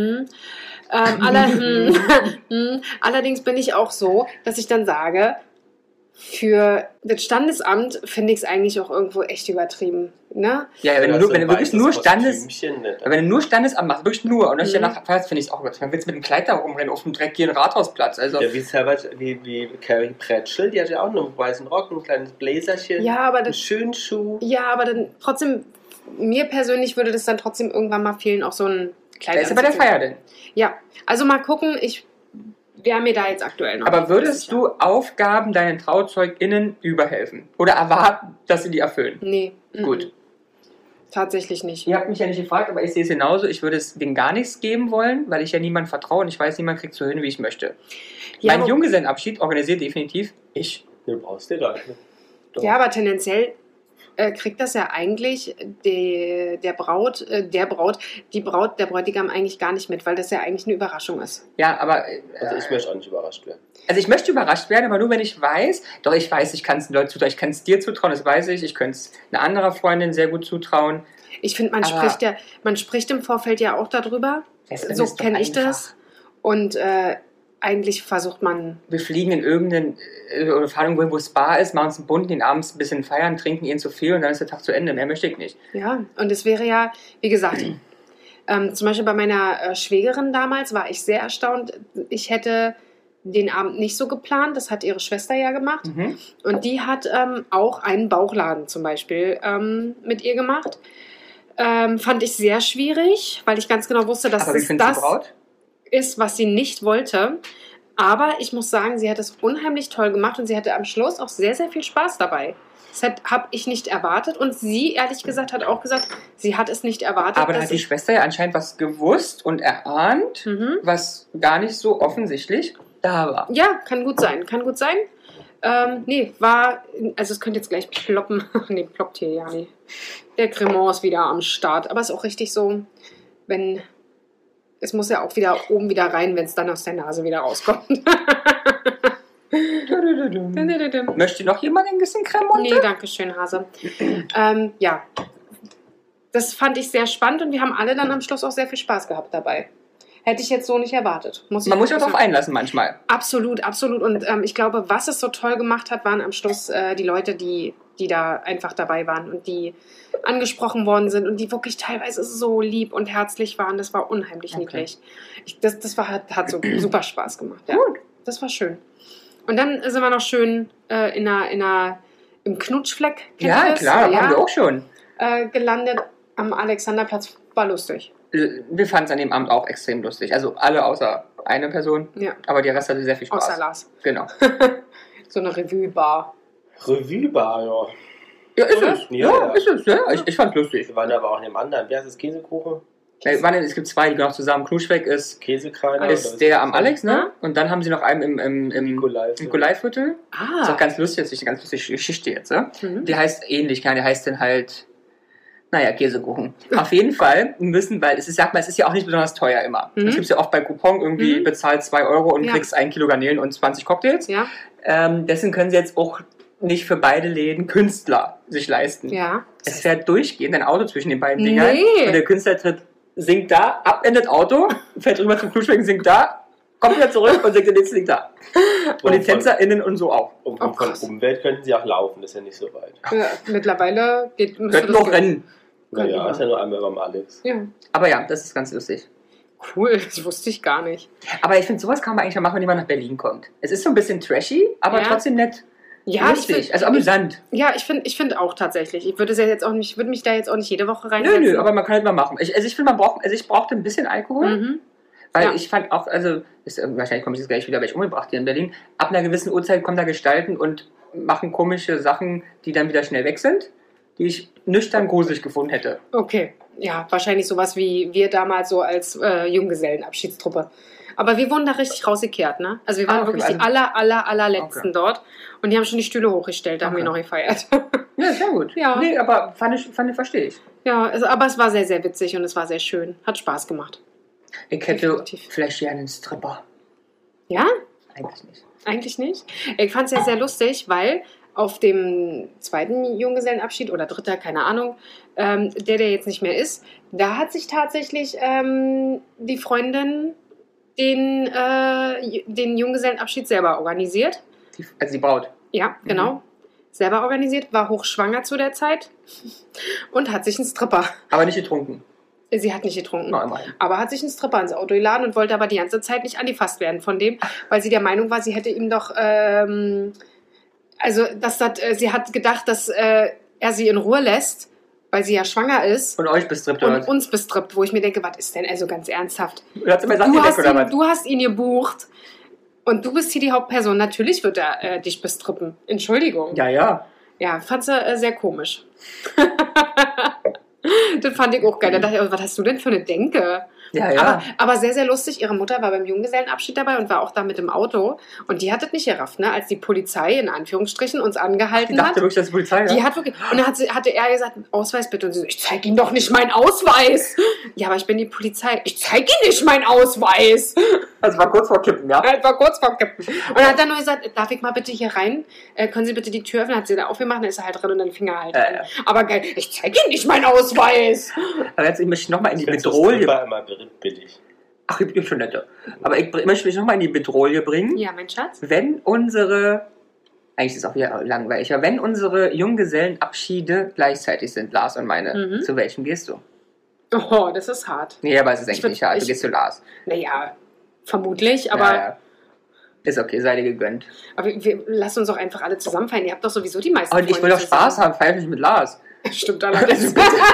Allerdings bin ich auch so, dass ich dann sage, für das Standesamt finde ich es eigentlich auch irgendwo echt übertrieben. Ne? Ja, wenn du wirklich nur wenn du nur Standesamt machst, wirklich nur, und dann danach feierst, finde ich es auch gut. Man will mit einem Kleid da rumrennen auf dem dreckigen Rathausplatz. Also ja, wie Carrie Prätschel, die hat ja auch nur einen weißen Rock, ein kleines Bläserchen, einen schönen Schuh. Ja, aber dann trotzdem, mir persönlich würde das dann trotzdem irgendwann mal fehlen, auch so ein Kleid. Wer ist bei der Feier denn? Ja, also mal gucken, wäre mir da jetzt aktuell noch. Aber würdest du Aufgaben deinen TrauzeugInnen überhelfen? Oder erwarten, dass sie die erfüllen? Nee. Gut. Tatsächlich nicht. Ihr habt mich ja nicht gefragt, aber ich sehe es genauso. Ich würde es denen gar nichts geben wollen, weil ich ja niemandem vertraue und ich weiß, niemand kriegt so hin, wie ich möchte. Ja, mein Junggesellenabschied organisiert definitiv ich. Du brauchst dir Leute. Ja, aber tendenziell kriegt das ja eigentlich der Bräutigam eigentlich gar nicht mit, weil das ja eigentlich eine Überraschung ist. Ja, aber... also ich möchte auch nicht überrascht werden. Also ich möchte überrascht werden, aber nur wenn ich weiß, ich kann es den Leuten zutrauen, ich kann es dir zutrauen, das weiß ich könnte es einer anderen Freundin sehr gut zutrauen. Ich finde, man spricht im Vorfeld ja auch darüber, so kenne ich das und eigentlich versucht man... Wir fliegen in oder fahren irgendwo, wo es Bar ist, machen uns einen Bund, den abends ein bisschen feiern, trinken ihnen zu viel und dann ist der Tag zu Ende. Mehr möchte ich nicht. Ja, und es wäre ja, wie gesagt, zum Beispiel bei meiner Schwägerin damals war ich sehr erstaunt. Ich hätte den Abend nicht so geplant, das hat ihre Schwester ja gemacht. Und die hat auch einen Bauchladen zum Beispiel mit ihr gemacht. Fand ich sehr schwierig, weil ich ganz genau wusste, dass es das ist, was sie nicht wollte. Aber ich muss sagen, sie hat es unheimlich toll gemacht und sie hatte am Schluss auch sehr, sehr viel Spaß dabei. Das habe ich nicht erwartet und sie, ehrlich gesagt, hat auch gesagt, sie hat es nicht erwartet. Aber da hat die Schwester ja anscheinend was gewusst und erahnt, was gar nicht so offensichtlich da war. Ja, kann gut sein. Also es könnte jetzt gleich ploppen. Nee, ploppt hier ja nicht. Der Cremant ist wieder am Start. Aber es ist auch richtig so, es muss ja auch wieder oben wieder rein, wenn es dann aus der Nase wieder rauskommt. Möchte noch jemand ein bisschen Cremant? Nee, danke schön, Hase. Ja, das fand ich sehr spannend und wir haben alle dann am Schluss auch sehr viel Spaß gehabt dabei. Hätte ich jetzt so nicht erwartet. Man muss ja darauf einlassen manchmal. Absolut, absolut. Und ich glaube, was es so toll gemacht hat, waren am Schluss die Leute, die da einfach dabei waren und die angesprochen worden sind und die wirklich teilweise so lieb und herzlich waren. Das war unheimlich niedlich. Hat so super Spaß gemacht. Ja. Gut. Das war schön. Und dann sind wir noch schön im Knutschfleck. Ja, klar, waren wir auch schon. Gelandet am Alexanderplatz. War lustig. Wir fanden es an dem Abend auch extrem lustig. Also alle außer eine Person. Ja. Aber der Rest hatte sehr viel Spaß. Außer Lars. Genau. So eine Revue-Bar. Revue-Bar, ja. Ja, ist Oder? es. Ja, ist es. Ja, ich fand es lustig. Wir waren aber auch in dem anderen. Wie heißt das? Käsekuchen? Es gibt zwei, die gehören noch zusammen. Knutschfleck ist Käsekreiner. der am Alex, ne? Und dann haben sie noch einen im Nikolaiviertel. Ist auch ganz lustig, das ist eine ganz lustige Geschichte jetzt, ne? Die heißt ähnlich, der heißt dann halt, Käsekuchen. Auf jeden Fall müssen, weil es ist ja auch nicht besonders teuer immer. Das gibt es ja oft bei Coupon, irgendwie bezahlt 2 Euro und kriegst 1 Kilo Garnelen und 20 Cocktails. Ja. Deswegen können sie jetzt auch nicht für beide Läden Künstler sich leisten. Ja. Es fährt durchgehend ein Auto zwischen den beiden Dingern und der Künstler singt da, abendet Auto, fährt rüber zum Knutschfleck, singt da, kommt wieder zurück und singt der nächste singt da. Und die TänzerInnen und so auch. Und von Umwelt könnten sie auch laufen, das ist ja nicht so weit. Ja, mittlerweile könnten noch rennen. Naja, ist ja nur einmal beim Alex. Ja. Aber ja, das ist ganz lustig. Cool, das wusste ich gar nicht. Aber ich finde, sowas kann man eigentlich mal machen, wenn jemand nach Berlin kommt. Es ist so ein bisschen trashy, aber trotzdem nett. Ja, lustig, also amüsant. Ja, ich finde auch tatsächlich. Ich würde mich da jetzt auch nicht jede Woche reinsetzen. Nö, aber man kann halt mal machen. Ich finde, ich brauchte ein bisschen Alkohol. Weil ich fand auch, wahrscheinlich komme ich jetzt gleich wieder, weil ich umgebracht hier in Berlin. Ab einer gewissen Uhrzeit kommen da Gestalten und machen komische Sachen, die dann wieder schnell weg sind, die ich nüchtern gruselig gefunden hätte. Okay, ja, wahrscheinlich sowas wie wir damals so als Junggesellenabschiedstruppe. Aber wir wurden da richtig rausgekehrt, ne? Also wir waren wirklich die allerletzten dort und die haben schon die Stühle hochgestellt, da haben wir noch gefeiert. Ja, sehr gut. Ja. Nee, aber verstehe ich. Ja, aber es war sehr, sehr witzig und es war sehr schön. Hat Spaß gemacht. Ich hätte vielleicht gerne einen Stripper. Ja? Eigentlich nicht. Eigentlich nicht? Ich fand es ja sehr lustig, weil auf dem zweiten Junggesellenabschied oder dritter, keine Ahnung, der jetzt nicht mehr ist, da hat sich tatsächlich die Freundin den Junggesellenabschied selber organisiert. Also die Braut? Ja, genau. Selber organisiert, war hochschwanger zu der Zeit und hat sich einen Stripper. Aber nicht getrunken? Sie hat nicht getrunken, aber hat sich einen Stripper ins Auto geladen und wollte aber die ganze Zeit nicht angefasst werden von dem, weil sie der Meinung war, sie hätte ihm doch, sie hat gedacht, dass er sie in Ruhe lässt, weil sie ja schwanger ist. Und euch bestrippt, und uns bestrippt, wo ich mir denke, was ist denn also ganz ernsthaft? Du hast ihn gebucht und du bist hier die Hauptperson. Natürlich wird er dich bestrippen. Entschuldigung. Ja. Ja, fand sie sehr komisch. Das fand ich auch geil. Da dachte ich, was hast du denn für eine Denke? Ja. Aber sehr, sehr lustig. Ihre Mutter war beim Junggesellenabschied dabei und war auch da mit dem Auto. Und die hat das nicht gerafft, ne? Als die Polizei, in Anführungsstrichen, uns angehalten hat. Die dachte wirklich, das ist Polizei, ja? Die hat wirklich, und dann hatte er gesagt, Ausweis bitte. Und sie so, ich zeige Ihnen doch nicht meinen Ausweis. Ja, aber ich bin die Polizei. Ich zeige Ihnen nicht meinen Ausweis. Das war kurz vor Kippen, ja? Das war kurz vor Kippen. Und dann hat er nur gesagt, darf ich mal bitte hier rein? Können Sie bitte die Tür öffnen? Hat sie da aufgemacht, dann ist er halt drin und dann fing er halt rein. Aber geil, ich zeige Ihnen nicht meinen Ausweis. Aber jetzt möchte ich nochmal in die Bedrohung. Billig. Ach, ich bin schon netter. Aber ich möchte mich nochmal in die Bedrohung bringen. Ja, mein Schatz. Eigentlich ist es auch wieder langweilig, aber wenn unsere Junggesellenabschiede gleichzeitig sind, Lars und meine, zu welchem gehst du? Oh, das ist hart. Nee, aber es ist eigentlich nicht hart. Du gehst zu Lars. Naja, vermutlich, aber... Ja. Ist okay, sei dir gegönnt. Aber lasst uns doch einfach alle zusammen feiern. Ihr habt doch sowieso die meisten Und ich will doch Spaß haben, feier mich mit Lars. Stimmt allerdings.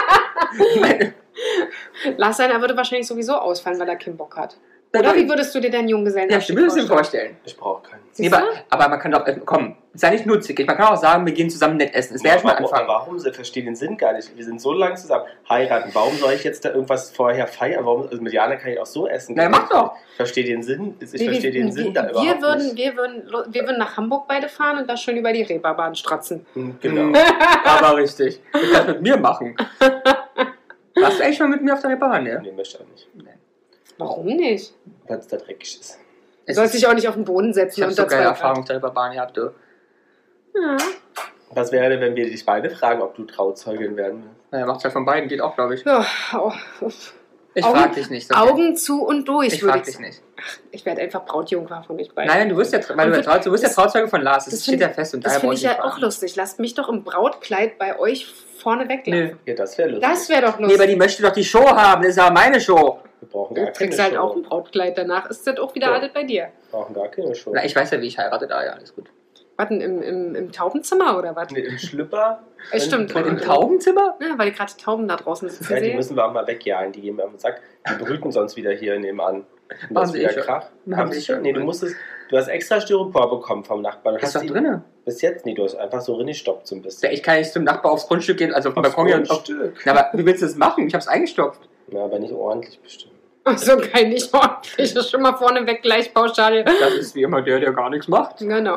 Lars seiner würde wahrscheinlich sowieso ausfallen, weil er keinen Bock hat. Oder wie würdest du dir deinen Junggesellenabschied vorstellen? Ich brauche keinen. Nee, aber man kann doch, komm, sei nicht nur zickig. Man kann auch sagen, wir gehen zusammen nett essen. Das wäre schon mal anfangen. Warum? Ich verstehe den Sinn gar nicht. Wir sind so lange zusammen. Heiraten. Warum soll ich jetzt da irgendwas vorher feiern? Also mit Jana kann ich auch so essen. Na, mach doch. Ich verstehe den Sinn. Da überhaupt nicht. Wir würden nach Hamburg beide fahren und da schön über die Reeperbahn stratzen. Genau. Aber richtig. Du kannst mit mir machen. Warst du eigentlich schon mit mir auf der Reeperbahn, ja? Nee, möchte ich auch nicht. Nee. Warum nicht? Weil es da dreckig ist. Du sollst dich auch nicht auf den Boden setzen. Ich habe so geile Erfahrung auf der Reeperbahn gehabt, du. Ja. Was wäre denn, wenn wir dich beide fragen, ob du Trauzeugin werden willst? Naja, macht halt von beiden, geht auch, glaube ich. Ja, Ich frag dich nicht. Okay. Augen zu und durch. Ich frag dich nicht. Ich werde einfach Brautjungfer von euch beiden. Nein, du wirst ja Trauzeuge von Lars. Das steht ja fest. Und das finde ich ja auch lustig. Lasst mich doch im Brautkleid bei euch vorne weglaufen. Ja, das wäre lustig. Das wäre doch lustig. Nee, aber die möchte doch die Show haben. Das ist ja meine Show. Wir brauchen Du kriegst halt auch ein Brautkleid. Danach ist das auch wieder alles bei dir. Wir brauchen gar keine Show. Na, ich weiß ja, wie ich heirate. Da, ja, alles gut. Was denn, im Taubenzimmer oder was? Nee, im Schlüpper. Stimmt. Im Taubenzimmer? Ja, weil gerade die Tauben da draußen sitzen. Ja, die müssen wir auch mal wegjagen. Die gehen mir am Sack. Die brüten sonst wieder hier nebenan. Und das ist wieder Krach. Haben sie schon? Nee, du hast extra Styropor bekommen vom Nachbarn. Ist doch drin. Bis jetzt? Nee, du hast einfach so reingestopft so ein bisschen. Ja, ich kann nicht zum Nachbar aufs Grundstück gehen, also auf den Balkon gehen. Na, aber wie willst du das machen? Ich hab's eingestopft. Ja, aber nicht ordentlich bestimmt. Ach so, geil, nicht ordentlich. Das ist schon mal vorneweg gleich pauschal. Das ist wie immer der gar nichts macht. Genau.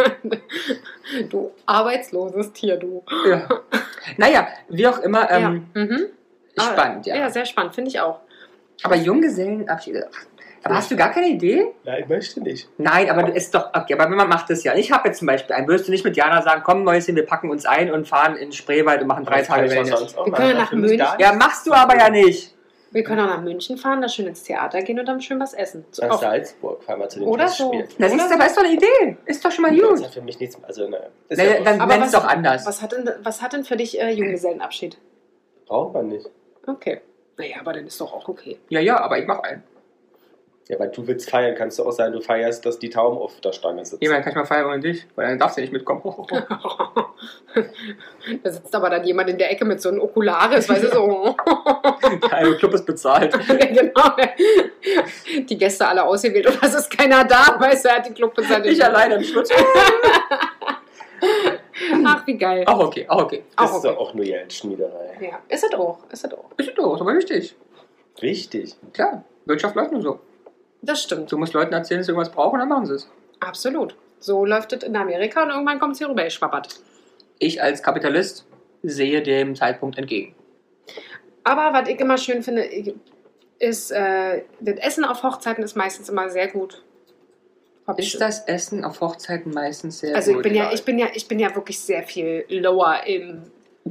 Du arbeitsloses Tier, du. Ja. Naja, wie auch immer, spannend, ja. Ja, sehr spannend, finde ich auch. Aber Junggesellenabschiede. Aber hast du gar keine Idee? Nein, ich möchte nicht. Nein, aber du ist doch, okay, aber man macht das ja. Ich habe jetzt zum Beispiel einen. Würdest du nicht mit Jana sagen, komm Mäuschen, wir packen uns ein und fahren in Spreewald und machen 3 Tage Wellness? Wir können nach München. Ja, machst du aber ja nicht. Wir können auch nach München fahren, da schön ins Theater gehen und dann schön was essen. Nach Salzburg fahren wir zu den oder so. Das ist aber eine Idee. Ist doch schon mal gut. Das hat für mich nichts. Also, dann nenn es doch anders. Was hat denn für dich Junggesellenabschied? Braucht man nicht. Okay. Naja, aber dann ist doch auch okay. Ja, aber ich mach einen. Ja, weil du willst feiern, kannst du auch sagen, du feierst, dass die Tauben auf der Stange sitzen. Ja, dann kann ich mal feiern ohne dich, weil dann darfst du nicht mitkommen. Da sitzt aber dann jemand in der Ecke mit so einem Okularis, weißt du, so. Der Club ist bezahlt. Genau. Die Gäste alle ausgewählt und es ist keiner da, weißt du, er hat den Club bezahlt. Ich alleine im Schutz. Ach, wie geil. Auch okay. Das ist doch auch nur Geldschmiederei. Ja, ist es auch. Ist aber wichtig. Richtig. Klar, Wirtschaft läuft nur so. Das stimmt. Du musst Leuten erzählen, dass sie irgendwas brauchen, dann machen sie es. Absolut. So läuft es in Amerika und irgendwann kommt es hier rüber, schwappert. Ich als Kapitalist sehe dem Zeitpunkt entgegen. Aber was ich immer schön finde, ist, das Essen auf Hochzeiten ist meistens immer sehr gut. Ist das Essen auf Hochzeiten meistens sehr gut? Also ich bin ja wirklich sehr viel lower im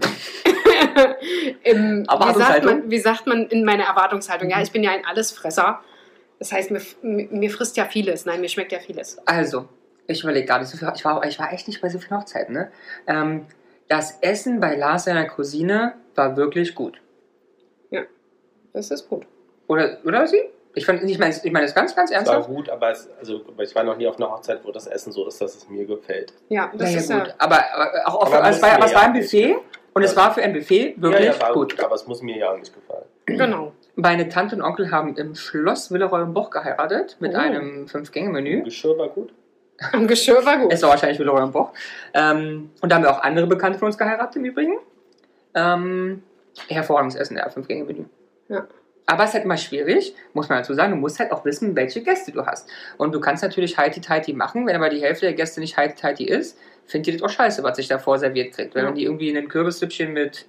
wie sagt man in meiner Erwartungshaltung? Ja, ich bin ja ein Allesfresser. Das heißt, mir frisst ja vieles. Nein, mir schmeckt ja vieles. Also, ich überlege gar nicht so viel. Ich war echt nicht bei so vielen Hochzeiten. Ne? Das Essen bei Lars seiner Cousine war wirklich gut. Ja, das ist gut. Oder sie? Ich meine das ganz, ganz ernsthaft. Es war gut, aber ich war noch nie auf einer Hochzeit, wo das Essen so ist, dass es mir gefällt. Ja, das ist gut. Ja. Aber es war ein Buffet und es war für ein Buffet wirklich gut. Aber es muss mir ja auch nicht gefallen. Genau. Meine Tante und Onkel haben im Schloss Villeroy-en-Boch geheiratet mit einem 5-Gänge-Menü. Geschirr war gut. Geschirr war gut. Es war wahrscheinlich Villeroy-en-Boch. Und da haben wir auch andere Bekannte von uns geheiratet im Übrigen. Hervorragendes Essen, 5-Gänge-Menü. Ja. Aber es ist halt immer schwierig, muss man dazu sagen. Du musst halt auch wissen, welche Gäste du hast. Und du kannst natürlich Heiti-Teiti machen, wenn aber die Hälfte der Gäste nicht Heiti-Teiti ist, findet ihr das auch scheiße, was sich davor serviert kriegt. Wenn man die irgendwie in ein Kürbissüppchen mit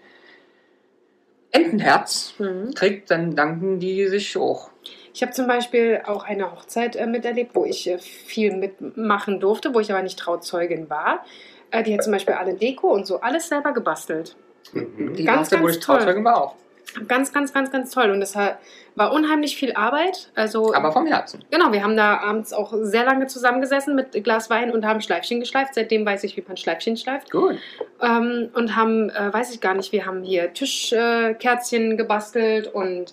Entenherz kriegt, dann danken die sich auch. Ich habe zum Beispiel auch eine Hochzeit miterlebt, wo ich viel mitmachen durfte, wo ich aber nicht Trauzeugin war. Die hat zum Beispiel alle Deko und so alles selber gebastelt. Die ganz, wo ich Trauzeugin war auch. Ganz, ganz, ganz, ganz toll. Und das war unheimlich viel Arbeit. Also, aber vom Herzen. Genau, wir haben da abends auch sehr lange zusammengesessen mit Glas Wein und haben Schleifchen geschleift. Seitdem weiß ich, wie man Schleifchen schleift. Gut. Und haben, weiß ich gar nicht, wir haben hier Tischkerzchen gebastelt und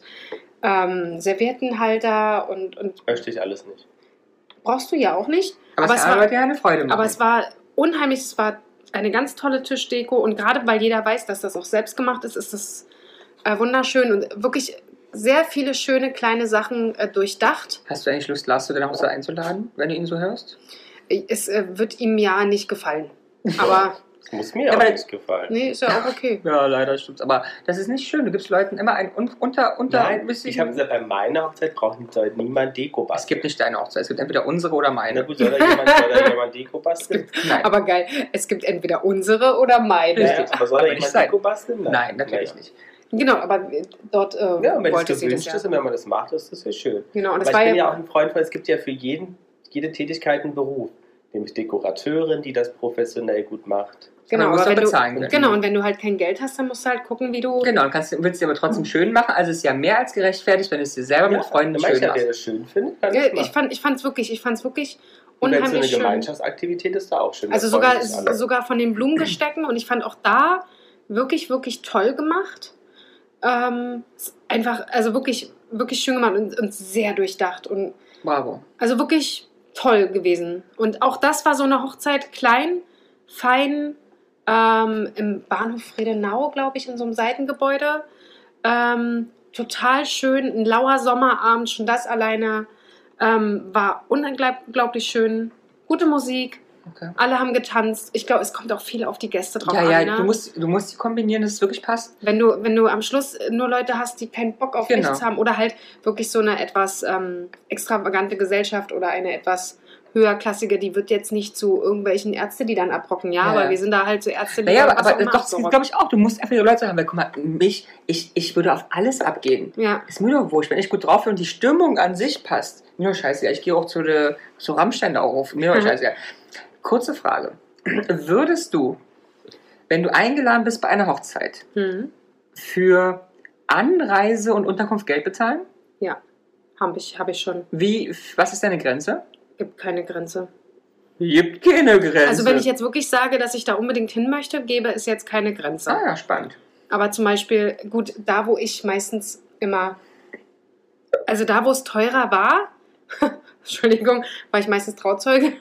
Serviettenhalter und Möchte ich alles nicht. Brauchst du ja auch nicht. Aber es war ja eine Freude machen. Aber es war unheimlich, es war eine ganz tolle Tischdeko und gerade weil jeder weiß, dass das auch selbst gemacht ist, ist es wunderschön und wirklich sehr viele schöne kleine Sachen durchdacht. Hast du eigentlich Lust, Lars zu deiner Hochzeit einzuladen, wenn du ihn so hörst? Es wird ihm ja nicht gefallen. Aber das muss mir auch nicht gefallen. Nee, ist ja auch okay. Ja, leider stimmt's. Aber das ist nicht schön. Du gibst Leuten immer ein unter Nein, ich habe gesagt, bei meiner Hochzeit braucht niemand Deko basteln. Es gibt nicht deine Hochzeit. Es gibt entweder unsere oder meine. Na gut, soll da jemand Deko basteln? Nein. Aber geil, es gibt entweder unsere oder meine. Richtig, aber soll da jemand Deko basteln? Nein, natürlich nicht. Genau, aber dort wenn wollte es gewünscht ist und wenn man das macht, ist das ja schön. Genau, und aber ich bin ja auch ein Freund von, es gibt ja für jede Tätigkeit einen Beruf. nämlich Dekorateurin, die das professionell gut macht. Genau, aber aber und wenn du halt kein Geld hast, dann musst du halt gucken, wie du... Genau, willst du aber trotzdem schön machen. Also es ist ja mehr als gerechtfertigt, wenn du es dir selber mit Freunden schön machst. Wer das schön findet, kann ich fand's wirklich und unheimlich so eine schön. Gemeinschaftsaktivität ist da auch schön. Also sogar von den Blumengestecken, und ich fand auch da wirklich, wirklich toll gemacht. Einfach, also wirklich, wirklich schön gemacht und sehr durchdacht. Und Bravo. also wirklich toll gewesen. Und auch das war so eine Hochzeit, klein, fein, im Bahnhof Friedenau, glaube ich, in so einem Seitengebäude. Total schön, ein lauer Sommerabend, schon das alleine war unglaublich schön. Gute Musik, Okay. alle haben getanzt. Ich glaube, es kommt auch viel auf die Gäste drauf an. Ja, Ne? du musst die kombinieren, dass es wirklich passt. Wenn du am Schluss nur Leute hast, die keinen Bock auf nichts haben oder halt wirklich so eine etwas extravagante Gesellschaft oder eine etwas höherklassige, die wird jetzt nicht zu irgendwelchen Ärzte, die dann abrocken, aber wir sind da halt so Ärzte, die aber doch, das glaube ich auch. Du musst einfach die Leute haben, weil guck mal, ich würde auf alles abgehen. Ja. Ist mir nur wurscht, wenn ich gut drauf bin und die Stimmung an sich passt. Mir nur scheißegal, ich gehe auch zu Rammstein da auf. Mir nur scheißegal. Kurze Frage. Würdest du, wenn du eingeladen bist bei einer Hochzeit, für Anreise und Unterkunft Geld bezahlen? Ja, habe ich schon. Was ist deine Grenze? Gibt keine Grenze. Gibt keine Grenze. Also wenn ich jetzt wirklich sage, dass ich da unbedingt hin möchte, gäbe es jetzt keine Grenze. Ah ja, spannend. Aber zum Beispiel, gut, da wo ich meistens immer, also da wo es teurer war, Entschuldigung, war ich meistens Trauzeugin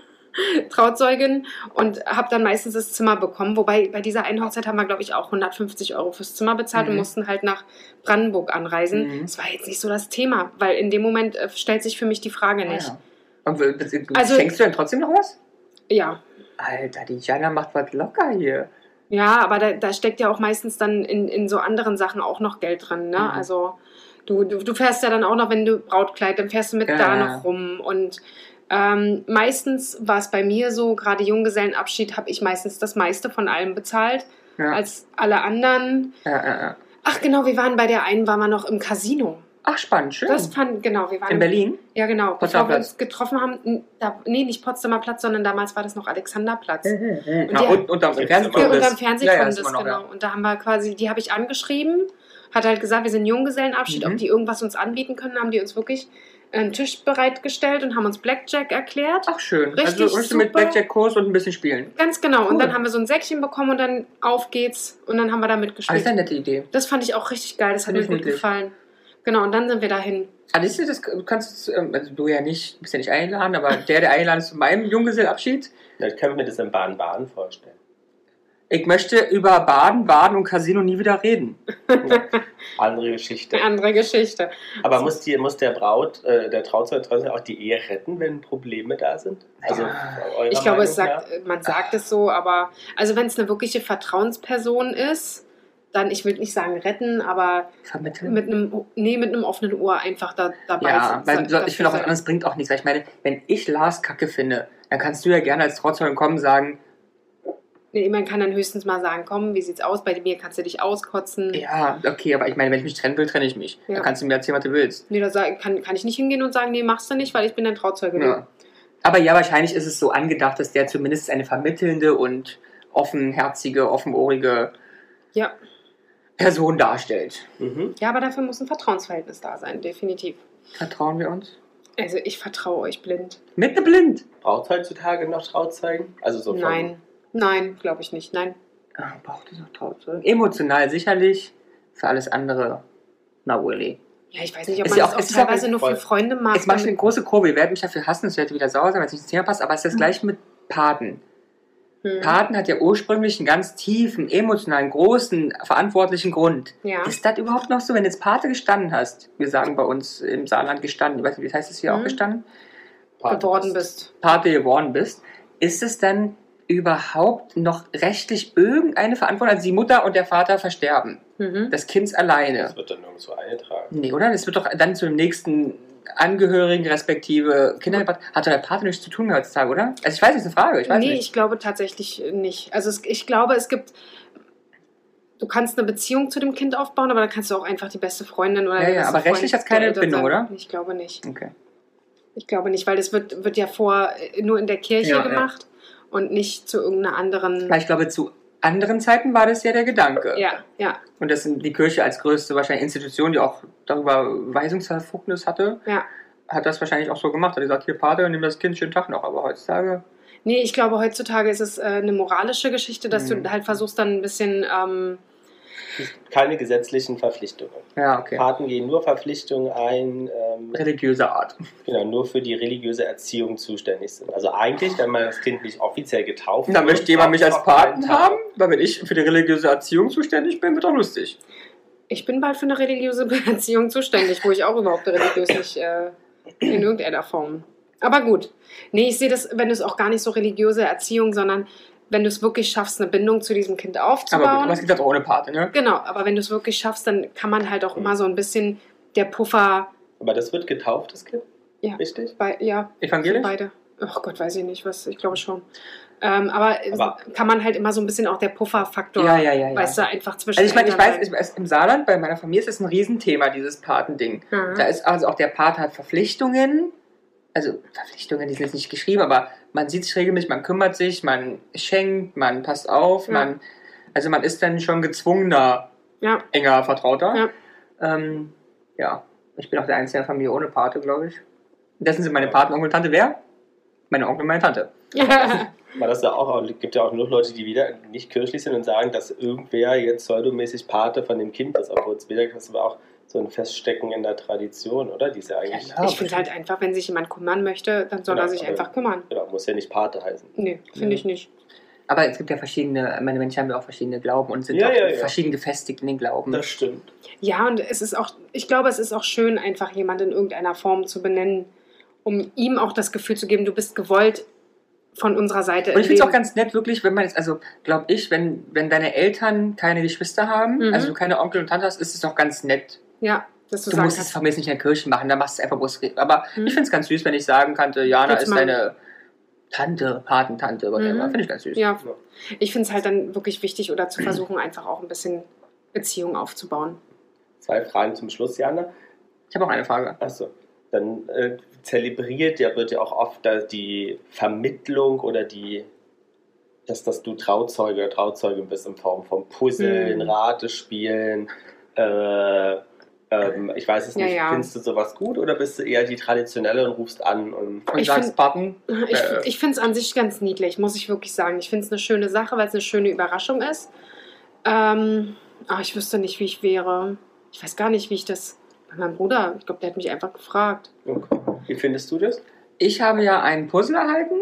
und habe dann meistens das Zimmer bekommen. Wobei bei dieser einen Hochzeit haben wir, glaube ich, auch 150 € fürs Zimmer bezahlt und mussten halt nach Brandenburg anreisen. Das war jetzt nicht so das Thema, weil in dem Moment stellt sich für mich die Frage nicht. Ja. Und schenkst du denn trotzdem noch was? Ja. Alter, die Jana macht was locker hier. Ja, aber da steckt ja auch meistens dann in so anderen Sachen auch noch Geld drin. Ne? Also du fährst ja dann auch noch, wenn du Brautkleid, dann fährst du mit da noch rum. Und meistens war es bei mir so, gerade Junggesellenabschied habe ich meistens das meiste von allem bezahlt, als alle anderen. Ja. Ach genau, wir waren bei der einen, waren wir noch im Casino. Ach, spannend, schön. Wir waren in Berlin? Ja, genau. Potsdamer Bevor wir uns getroffen haben, nicht Potsdamer Platz, sondern damals war das noch Alexanderplatz. Und unterm Fernsehturm. Unterm Fernsehturm, genau. Ja. Und da haben wir quasi, die habe ich angeschrieben, hat halt gesagt, wir sind Junggesellenabschied, ob die irgendwas uns anbieten können, haben die uns wirklich einen Tisch bereitgestellt und haben uns Blackjack erklärt. Ach, schön. Richtig also mit Blackjack-Kurs und ein bisschen spielen. Ganz genau. Cool. Und dann haben wir so ein Säckchen bekommen und dann auf geht's und dann haben wir da mitgespielt. Das ist eine nette Idee. Das fand ich auch richtig geil, das hat mir gut gefallen. Genau, und dann sind wir dahin. Du kannst, also du ja nicht, bist ja nicht eingeladen, aber der eingeladen ist zu meinem Junggesellenabschied. Ich kann mir das in Baden-Baden vorstellen. Ich möchte über Baden und Casino nie wieder reden. Andere Geschichte. Andere Geschichte. Aber muss der Trauzeuge auch die Ehe retten, wenn Probleme da sind? Also ich glaube, man sagt es so, aber also wenn es eine wirkliche Vertrauensperson ist, dann, ich will nicht sagen retten, aber vermitteln? mit einem offenen Ohr einfach dabei ja, sein. Ja, ich finde auch, was anderes bringt auch nichts. Weil ich meine, wenn ich Lars Kacke finde, dann kannst du ja gerne als Trauzeuge kommen und sagen... Nee, man kann dann höchstens mal sagen, komm, wie sieht's aus? Bei mir kannst du dich auskotzen. Ja, okay, aber ich meine, wenn ich mich trennen will, trenne ich mich. Ja. Dann kannst du mir erzählen, was du willst. Nee, da kann ich nicht hingehen und sagen, nee, machst du nicht, weil ich bin dein Trauzeuge. Ja. Aber ja, wahrscheinlich ist es so angedacht, dass der zumindest eine vermittelnde und offenherzige, offenohrige Person darstellt. Ja, aber dafür muss ein Vertrauensverhältnis da sein, definitiv. Vertrauen wir uns? Also ich vertraue euch blind. Mit blind? Braucht es heutzutage noch Trauzeugen? Also so Nein, glaube ich nicht. Nein. Braucht es noch Trauzeugen? Emotional sicherlich, für alles andere, na really. Ja, ich weiß nicht, ob man das auch teilweise nur für Freunde macht. Jetzt mache ich eine große Kurve. Ihr werdet mich dafür hassen, es wird wieder sauer sein, weil es nicht ins Thema passt, aber es ist das gleiche mit Paten. Paten hat ja ursprünglich einen ganz tiefen, emotionalen, großen, verantwortlichen Grund. Ja. Ist das überhaupt noch so, wenn jetzt Pate gestanden hast? Wir sagen bei uns im Saarland gestanden. Ich weiß nicht, wie heißt es hier auch gestanden? Pate geworden bist. Ist es dann überhaupt noch rechtlich irgendeine Verantwortung? Also die Mutter und der Vater versterben. Das Kind alleine. Das wird dann nirgendwo eingetragen. Nee, oder? Das wird doch dann zu dem nächsten Angehörigen respektive Kinder. Hat doch der Partner nichts zu tun heutzutage, oder? Also ich weiß, das ist eine Frage. Ich glaube tatsächlich nicht. Also ich glaube, es gibt... Du kannst eine Beziehung zu dem Kind aufbauen, aber dann kannst du auch einfach die beste Freundin oder aber rechtlich hat es keine Bindung, oder? Ich glaube nicht. Okay. Ich glaube nicht, weil das wird ja nur in der Kirche gemacht und nicht zu irgendeiner anderen... Weil ich glaube, zu anderen Zeiten war das ja der Gedanke. Ja. Und das die Kirche als größte wahrscheinlich Institution, die auch darüber Weisungsbefugnis hatte, hat das wahrscheinlich auch so gemacht. Hat gesagt, hier Pate, nimm das Kind schönen Tag noch. Aber heutzutage... Nee, ich glaube, heutzutage ist es eine moralische Geschichte, dass du halt versuchst dann ein bisschen... Keine gesetzlichen Verpflichtungen. Ja, okay. Paten gehen nur Verpflichtungen ein. Religiöser Art. Genau, nur für die religiöse Erziehung zuständig sind. Also eigentlich, wenn man das Kind nicht offiziell getauft wird. Da möchte jemand mich als Paten haben, weil wenn ich für die religiöse Erziehung zuständig bin, wird doch lustig. Ich bin bald für eine religiöse Erziehung zuständig, wo ich auch überhaupt religiös nicht in irgendeiner Form. Aber gut. Nee, ich sehe das, wenn du es auch gar nicht so religiöse Erziehung, sondern wenn du es wirklich schaffst, eine Bindung zu diesem Kind aufzubauen. Aber es geht halt auch ohne Pate, ne? Genau, aber wenn du es wirklich schaffst, dann kann man halt auch immer so ein bisschen der Puffer... Aber das wird getauft, das Kind? Ja. Richtig? Ja. Evangelisch? Beide. Ach Gott, weiß ich nicht, ich glaube schon. Aber kann man halt immer so ein bisschen auch der Pufferfaktor, weißt du, einfach zwischen... Also ich weiß, im Saarland, bei meiner Familie ist das ein Riesenthema, dieses Patending. Da ist also auch der Pate hat Verpflichtungen, die sind jetzt nicht geschrieben, aber man sieht sich regelmäßig, man kümmert sich, man schenkt, man passt auf, man ist dann schon gezwungener, enger Vertrauter. Ich bin auch der einzige in der Familie ohne Pate, glaube ich. Dessen sind meine Paten, Onkel und Tante. Wer? Meine Onkel und meine Tante. Aber das gibt ja auch nur Leute, die wieder nicht kirchlich sind und sagen, dass irgendwer jetzt pseudomäßig Pate von dem Kind ist, obwohl es wieder das war auch so ein Feststecken in der Tradition, oder? Die ist ja eigentlich... Ich finde halt einfach, wenn sich jemand kümmern möchte, dann soll er sich einfach kümmern. Genau, muss ja nicht Pate heißen. Nee, finde ich nicht. Aber es gibt ja verschiedene, meine Menschen haben ja auch verschiedene Glauben und sind verschieden gefestigt in den Glauben. Das stimmt. Ja, und ich glaube, es ist auch schön, einfach jemanden in irgendeiner Form zu benennen, um ihm auch das Gefühl zu geben, du bist gewollt von unserer Seite. Und ich finde es auch ganz nett, wirklich, wenn man jetzt, also glaube ich, wenn deine Eltern keine Geschwister haben, also du keine Onkel und Tante hast, ist es auch ganz nett. Ja, dass du musst es vermutlich nicht in der Kirche machen, da machst du es einfach bloß. Aber ich finde es ganz süß, wenn ich sagen kann, Jana ist deine Tante, Patentante, whatever. Finde ich ganz süß. Ja, ich finde es halt dann wirklich wichtig oder zu versuchen, einfach auch ein bisschen Beziehung aufzubauen. 2 Fragen zum Schluss, Jana. Ich habe auch eine Frage. Achso. Dann wird ja auch oft die Vermittlung oder dass du Trauzeuge oder Trauzeugin bist in Form von Puzzeln, Ratespielen. Ich weiß es nicht, findest du sowas gut oder bist du eher die Traditionelle und rufst an und sagst Paten? Ich finde es an sich ganz niedlich, muss ich wirklich sagen. Ich finde es eine schöne Sache, weil es eine schöne Überraschung ist. Ich wüsste nicht, wie ich wäre. Ich weiß gar nicht, wie ich das... Mein Bruder, ich glaube, der hat mich einfach gefragt. Okay. Wie findest du das? Ich habe ja einen Puzzle erhalten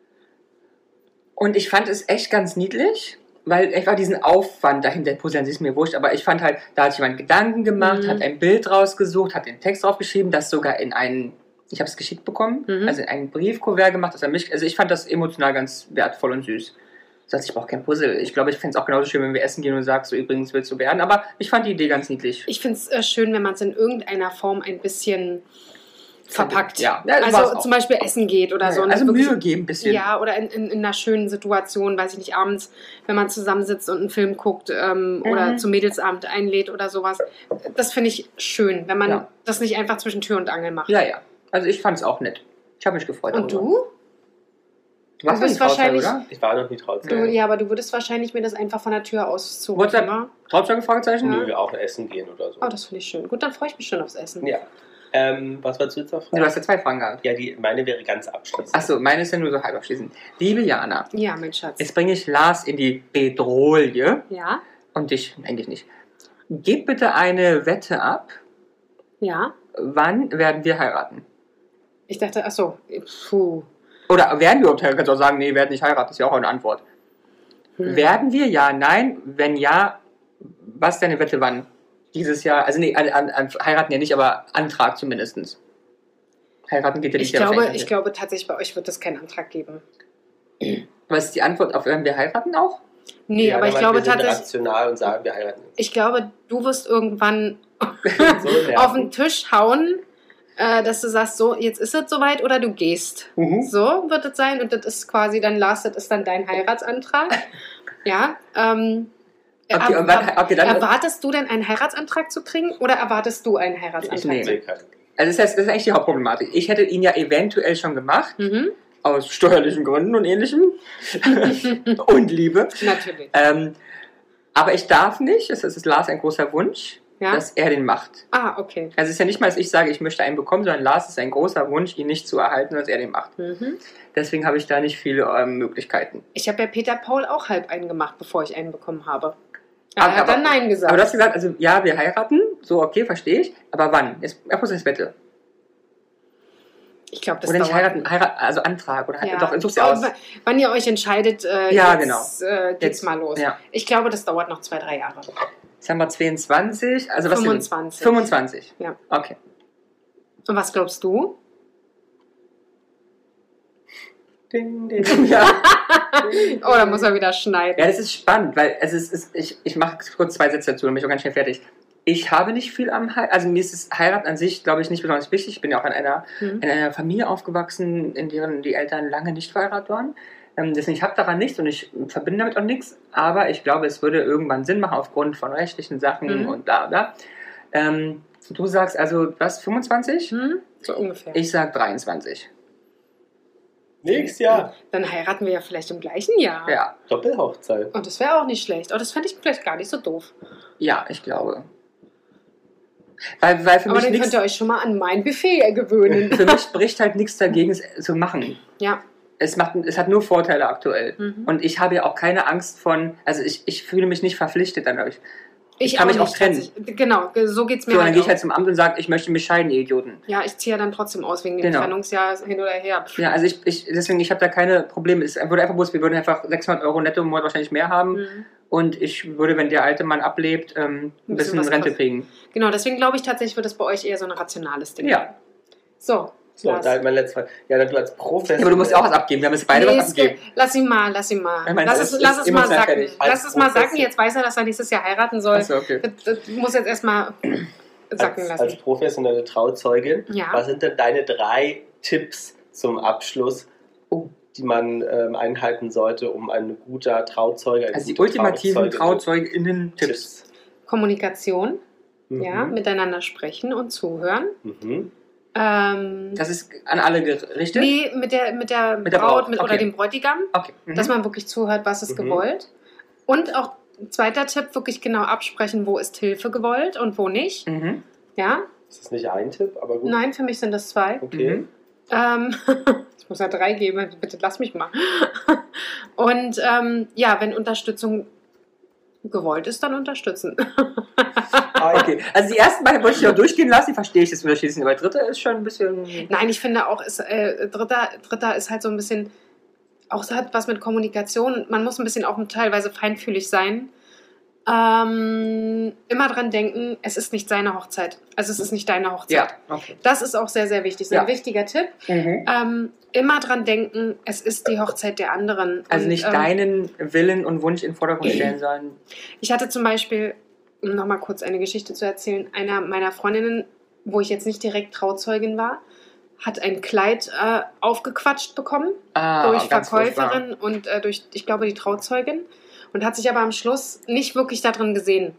und ich fand es echt ganz niedlich, weil einfach diesen Aufwand dahinter, der Puzzle an sich ist mir wurscht, aber ich fand halt, da hat jemand Gedanken gemacht, hat ein Bild rausgesucht, hat den Text draufgeschrieben, das sogar ich habe es geschickt bekommen, also in ein Briefkuvert gemacht, also ich fand das emotional ganz wertvoll und süß. Das heißt, ich brauche kein Puzzle. Ich glaube, ich fände es auch genauso schön, wenn wir essen gehen und sagst, so übrigens willst du werden. Aber ich fand die Idee ganz niedlich. Ich finde es schön, wenn man es in irgendeiner Form ein bisschen verpackt. Ja, also zum Beispiel essen geht oder so. Also Mühe geben ein bisschen. Ja, oder in einer schönen Situation, weiß ich nicht, abends, wenn man zusammensitzt und einen Film guckt oder zum Mädelsabend einlädt oder sowas. Das finde ich schön, wenn man das nicht einfach zwischen Tür und Angel macht. Ja. Also ich fand es auch nett. Ich habe mich gefreut. Und darüber. Du? Du warst nicht Trauzeuge, oder? Ich war noch nie Trauzeuge. Ja, aber du würdest wahrscheinlich mir das einfach von der Tür aus zu WhatsApp Trauzeuge? Fragezeichen? Nö, wir auch essen gehen oder so. Oh, das finde ich schön. Gut, dann freue ich mich schon aufs Essen. Ja. Was wolltest du jetzt noch fragen? Du hast ja 2 Fragen gehabt. Ja, meine wäre ganz abschließend. Achso, meine ist ja nur so halb abschließend. Liebe Jana. Ja, mein Schatz. Jetzt bringe ich Lars in die Bedrohung. Ja. Und dich eigentlich nicht. Gib bitte eine Wette ab. Ja. Wann werden wir heiraten? Ich dachte, Oder werden wir überhaupt heiraten? Kannst du auch sagen, nee, wir werden nicht heiraten. Das ist ja auch eine Antwort. Werden wir? Ja, nein. Wenn ja, was ist deine Wette, wann? Dieses Jahr? Also nee, heiraten ja nicht, aber Antrag zumindest. Heiraten geht ja nicht. Ich glaube tatsächlich, bei euch wird es keinen Antrag geben. Was ist die Antwort auf, werden wir heiraten auch? Nee, aber ich glaube tatsächlich... rational und sagen, wir heiraten. Ich glaube, du wirst irgendwann auf den Tisch hauen, dass du sagst, so, jetzt ist es soweit oder du gehst. So wird es sein und das ist quasi dann, Lars, das ist dann dein Heiratsantrag. Ja. Erwartest du denn einen Heiratsantrag zu kriegen oder erwartest du einen Heiratsantrag? Ich Also das ist eigentlich die Hauptproblematik. Ich hätte ihn ja eventuell schon gemacht, aus steuerlichen Gründen und Ähnlichem. Und Liebe. Natürlich. Aber ich darf nicht, das ist Lars ein großer Wunsch, dass er den macht. Ah, okay. Also es ist ja nicht mal, dass ich sage, ich möchte einen bekommen, sondern Lars ist ein großer Wunsch, ihn nicht zu erhalten, dass er den macht. Deswegen habe ich da nicht viele Möglichkeiten. Ich habe ja Peter Paul auch halb einen gemacht, bevor ich einen bekommen habe. Er hat dann Nein gesagt. Aber du hast gesagt, also ja, wir heiraten, so okay, verstehe ich, aber wann? Er muss das Wette. Ich glaube, das oder dauert. Oder nicht heiraten, also Antrag. Oder doch, such's aus. Wann ihr euch entscheidet, geht's mal los. Ja. Ich glaube, das dauert noch 2-3 Jahre. Jetzt haben wir 22, also was 25. 25? Ja. Okay. Und was glaubst du? Ding, ding. Ja. Oh, da muss er wieder schneiden. Ja, das ist spannend, weil ich mache kurz 2 Sätze dazu, dann bin ich auch ganz schnell fertig. Ich habe nicht viel am Heiraten, also mir ist das Heiraten an sich, glaube ich, nicht besonders wichtig. Ich bin ja auch in einer Familie aufgewachsen, in deren die Eltern lange nicht verheiratet waren. Deswegen, ich habe daran nichts und ich verbinde damit auch nichts, aber ich glaube, es würde irgendwann Sinn machen aufgrund von rechtlichen Sachen und bla bla. Du sagst also, was, 25? So ungefähr. Ich sag 23. Nächstes Jahr. Dann heiraten wir ja vielleicht im gleichen Jahr. Ja. Doppelhochzeit. Und das wäre auch nicht schlecht. Aber das fände ich vielleicht gar nicht so doof. Ja, ich glaube. Weil für aber mich dann könnt ihr euch schon mal an mein Buffet gewöhnen. Für mich bricht halt nichts dagegen, es zu machen. Ja. Es hat nur Vorteile aktuell. Und ich habe ja auch keine Angst also ich fühle mich nicht verpflichtet dadurch. Ich kann mich auch trennen. Genau, so geht's mir so, halt dann gehe ich auch. halt zum Amt und sage, ich möchte mich scheiden, ihr Idioten. Ja, ich ziehe ja dann trotzdem aus wegen dem Trennungsjahr hin oder her. Ja, also deswegen, ich habe da keine Probleme. Es würde einfach bloß, wir würden einfach 600 € netto im Monat wahrscheinlich mehr haben. Und ich würde, wenn der alte Mann ablebt, ein bisschen Rente kriegen. Genau, deswegen glaube ich tatsächlich, wird das bei euch eher so ein rationales Ding. Ja. So, da halt mein letzter Fall. Ja, dann du als Professor. Ja, aber du musst ja auch was abgeben. Wir haben jetzt beide was abgegeben. Lass ihn mal. Lass es mal sacken. Lass es mal sacken. Jetzt weiß er, dass er nächstes Jahr heiraten soll. Achso, okay. Das muss jetzt erstmal sacken lassen. Als professionelle Trauzeugin, Ja. Was sind denn deine 3 Tipps zum Abschluss, die man einhalten sollte, um ein guter Trauzeuge, also die ultimativen TrauzeugenInnen-Tipps. Kommunikation, miteinander sprechen und zuhören. Das ist an alle gerichtet? Nee, mit der Braut oder dem Bräutigam, okay. Dass man wirklich zuhört, was ist gewollt. Und auch, zweiter Tipp, wirklich genau absprechen, wo ist Hilfe gewollt und wo nicht. Ja? Ist das nicht ein Tipp? Aber gut. Nein, für mich sind das 2. Okay. Ich muss ja 3 geben, bitte lass mich mal. Und wenn Unterstützung gewollt ist, dann unterstützen. Okay, also die ersten beiden wollte ich auch durchgehen lassen, verstehe ich das Unterschied, aber dritte ist schon ein bisschen... Nein, ich finde auch, dritter ist halt so ein bisschen, auch so hat was mit Kommunikation, man muss ein bisschen auch teilweise feinfühlig sein. Immer dran denken, es ist nicht seine Hochzeit. Also es ist nicht deine Hochzeit. Ja, okay. Das ist auch sehr, sehr wichtig. Das ist ein wichtiger Tipp. Immer dran denken, es ist die Hochzeit der anderen. Also und, nicht deinen Willen und Wunsch in den Vordergrund stellen sollen. Ich hatte zum Beispiel, um nochmal kurz eine Geschichte zu erzählen, einer meiner Freundinnen, wo ich jetzt nicht direkt Trauzeugin war, hat ein Kleid aufgequatscht bekommen durch Verkäuferin und durch, ich glaube, die Trauzeugin. Und hat sich aber am Schluss nicht wirklich da drin gesehen.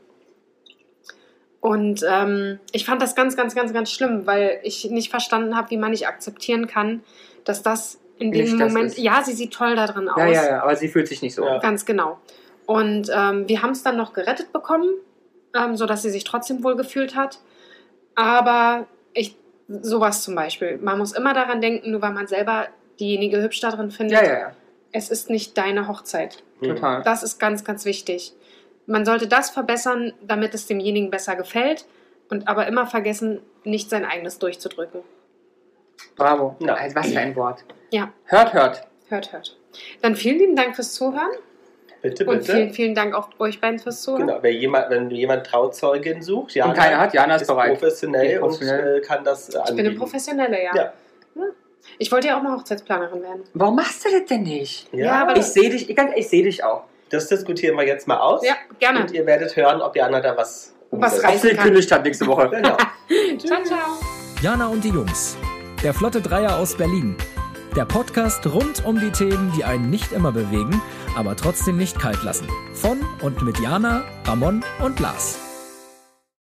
Und ich fand das ganz, ganz, ganz, ganz schlimm, weil ich nicht verstanden habe, wie man nicht akzeptieren kann, dass das in dem Moment... Ja, sie sieht toll da drin aus. Ja, aber sie fühlt sich nicht so. Ja. Ganz genau. Und wir haben es dann noch gerettet bekommen, sodass sie sich trotzdem wohl gefühlt hat. Aber sowas zum Beispiel. Man muss immer daran denken, nur weil man selber diejenige hübsch da drin findet. Ja. Es ist nicht deine Hochzeit. Total. Das ist ganz, ganz wichtig. Man sollte das verbessern, damit es demjenigen besser gefällt und aber immer vergessen, nicht sein eigenes durchzudrücken. Bravo. Ja. Also was für ein Wort. Ja. Hört. Hört. Dann vielen lieben Dank fürs Zuhören. Bitte. Und vielen, vielen Dank auch euch beiden fürs Zuhören. Genau, wenn jemand Trauzeugin sucht, und keiner hat, Jana ist bereit. Professionell und kann das anbieten. Ich bin eine Professionelle, ja. Ich wollte ja auch mal Hochzeitsplanerin werden. Warum machst du das denn nicht? Ja, aber ich sehe dich auch. Das diskutieren wir jetzt mal aus. Ja, gerne. Und ihr werdet hören, ob Jana da was reißen kann. Gekündigt hat nächste Woche. Genau. Ciao, ciao. Jana und die Jungs. Der Flotte Dreier aus Berlin. Der Podcast rund um die Themen, die einen nicht immer bewegen, aber trotzdem nicht kalt lassen. Von und mit Jana, Ramon und Lars.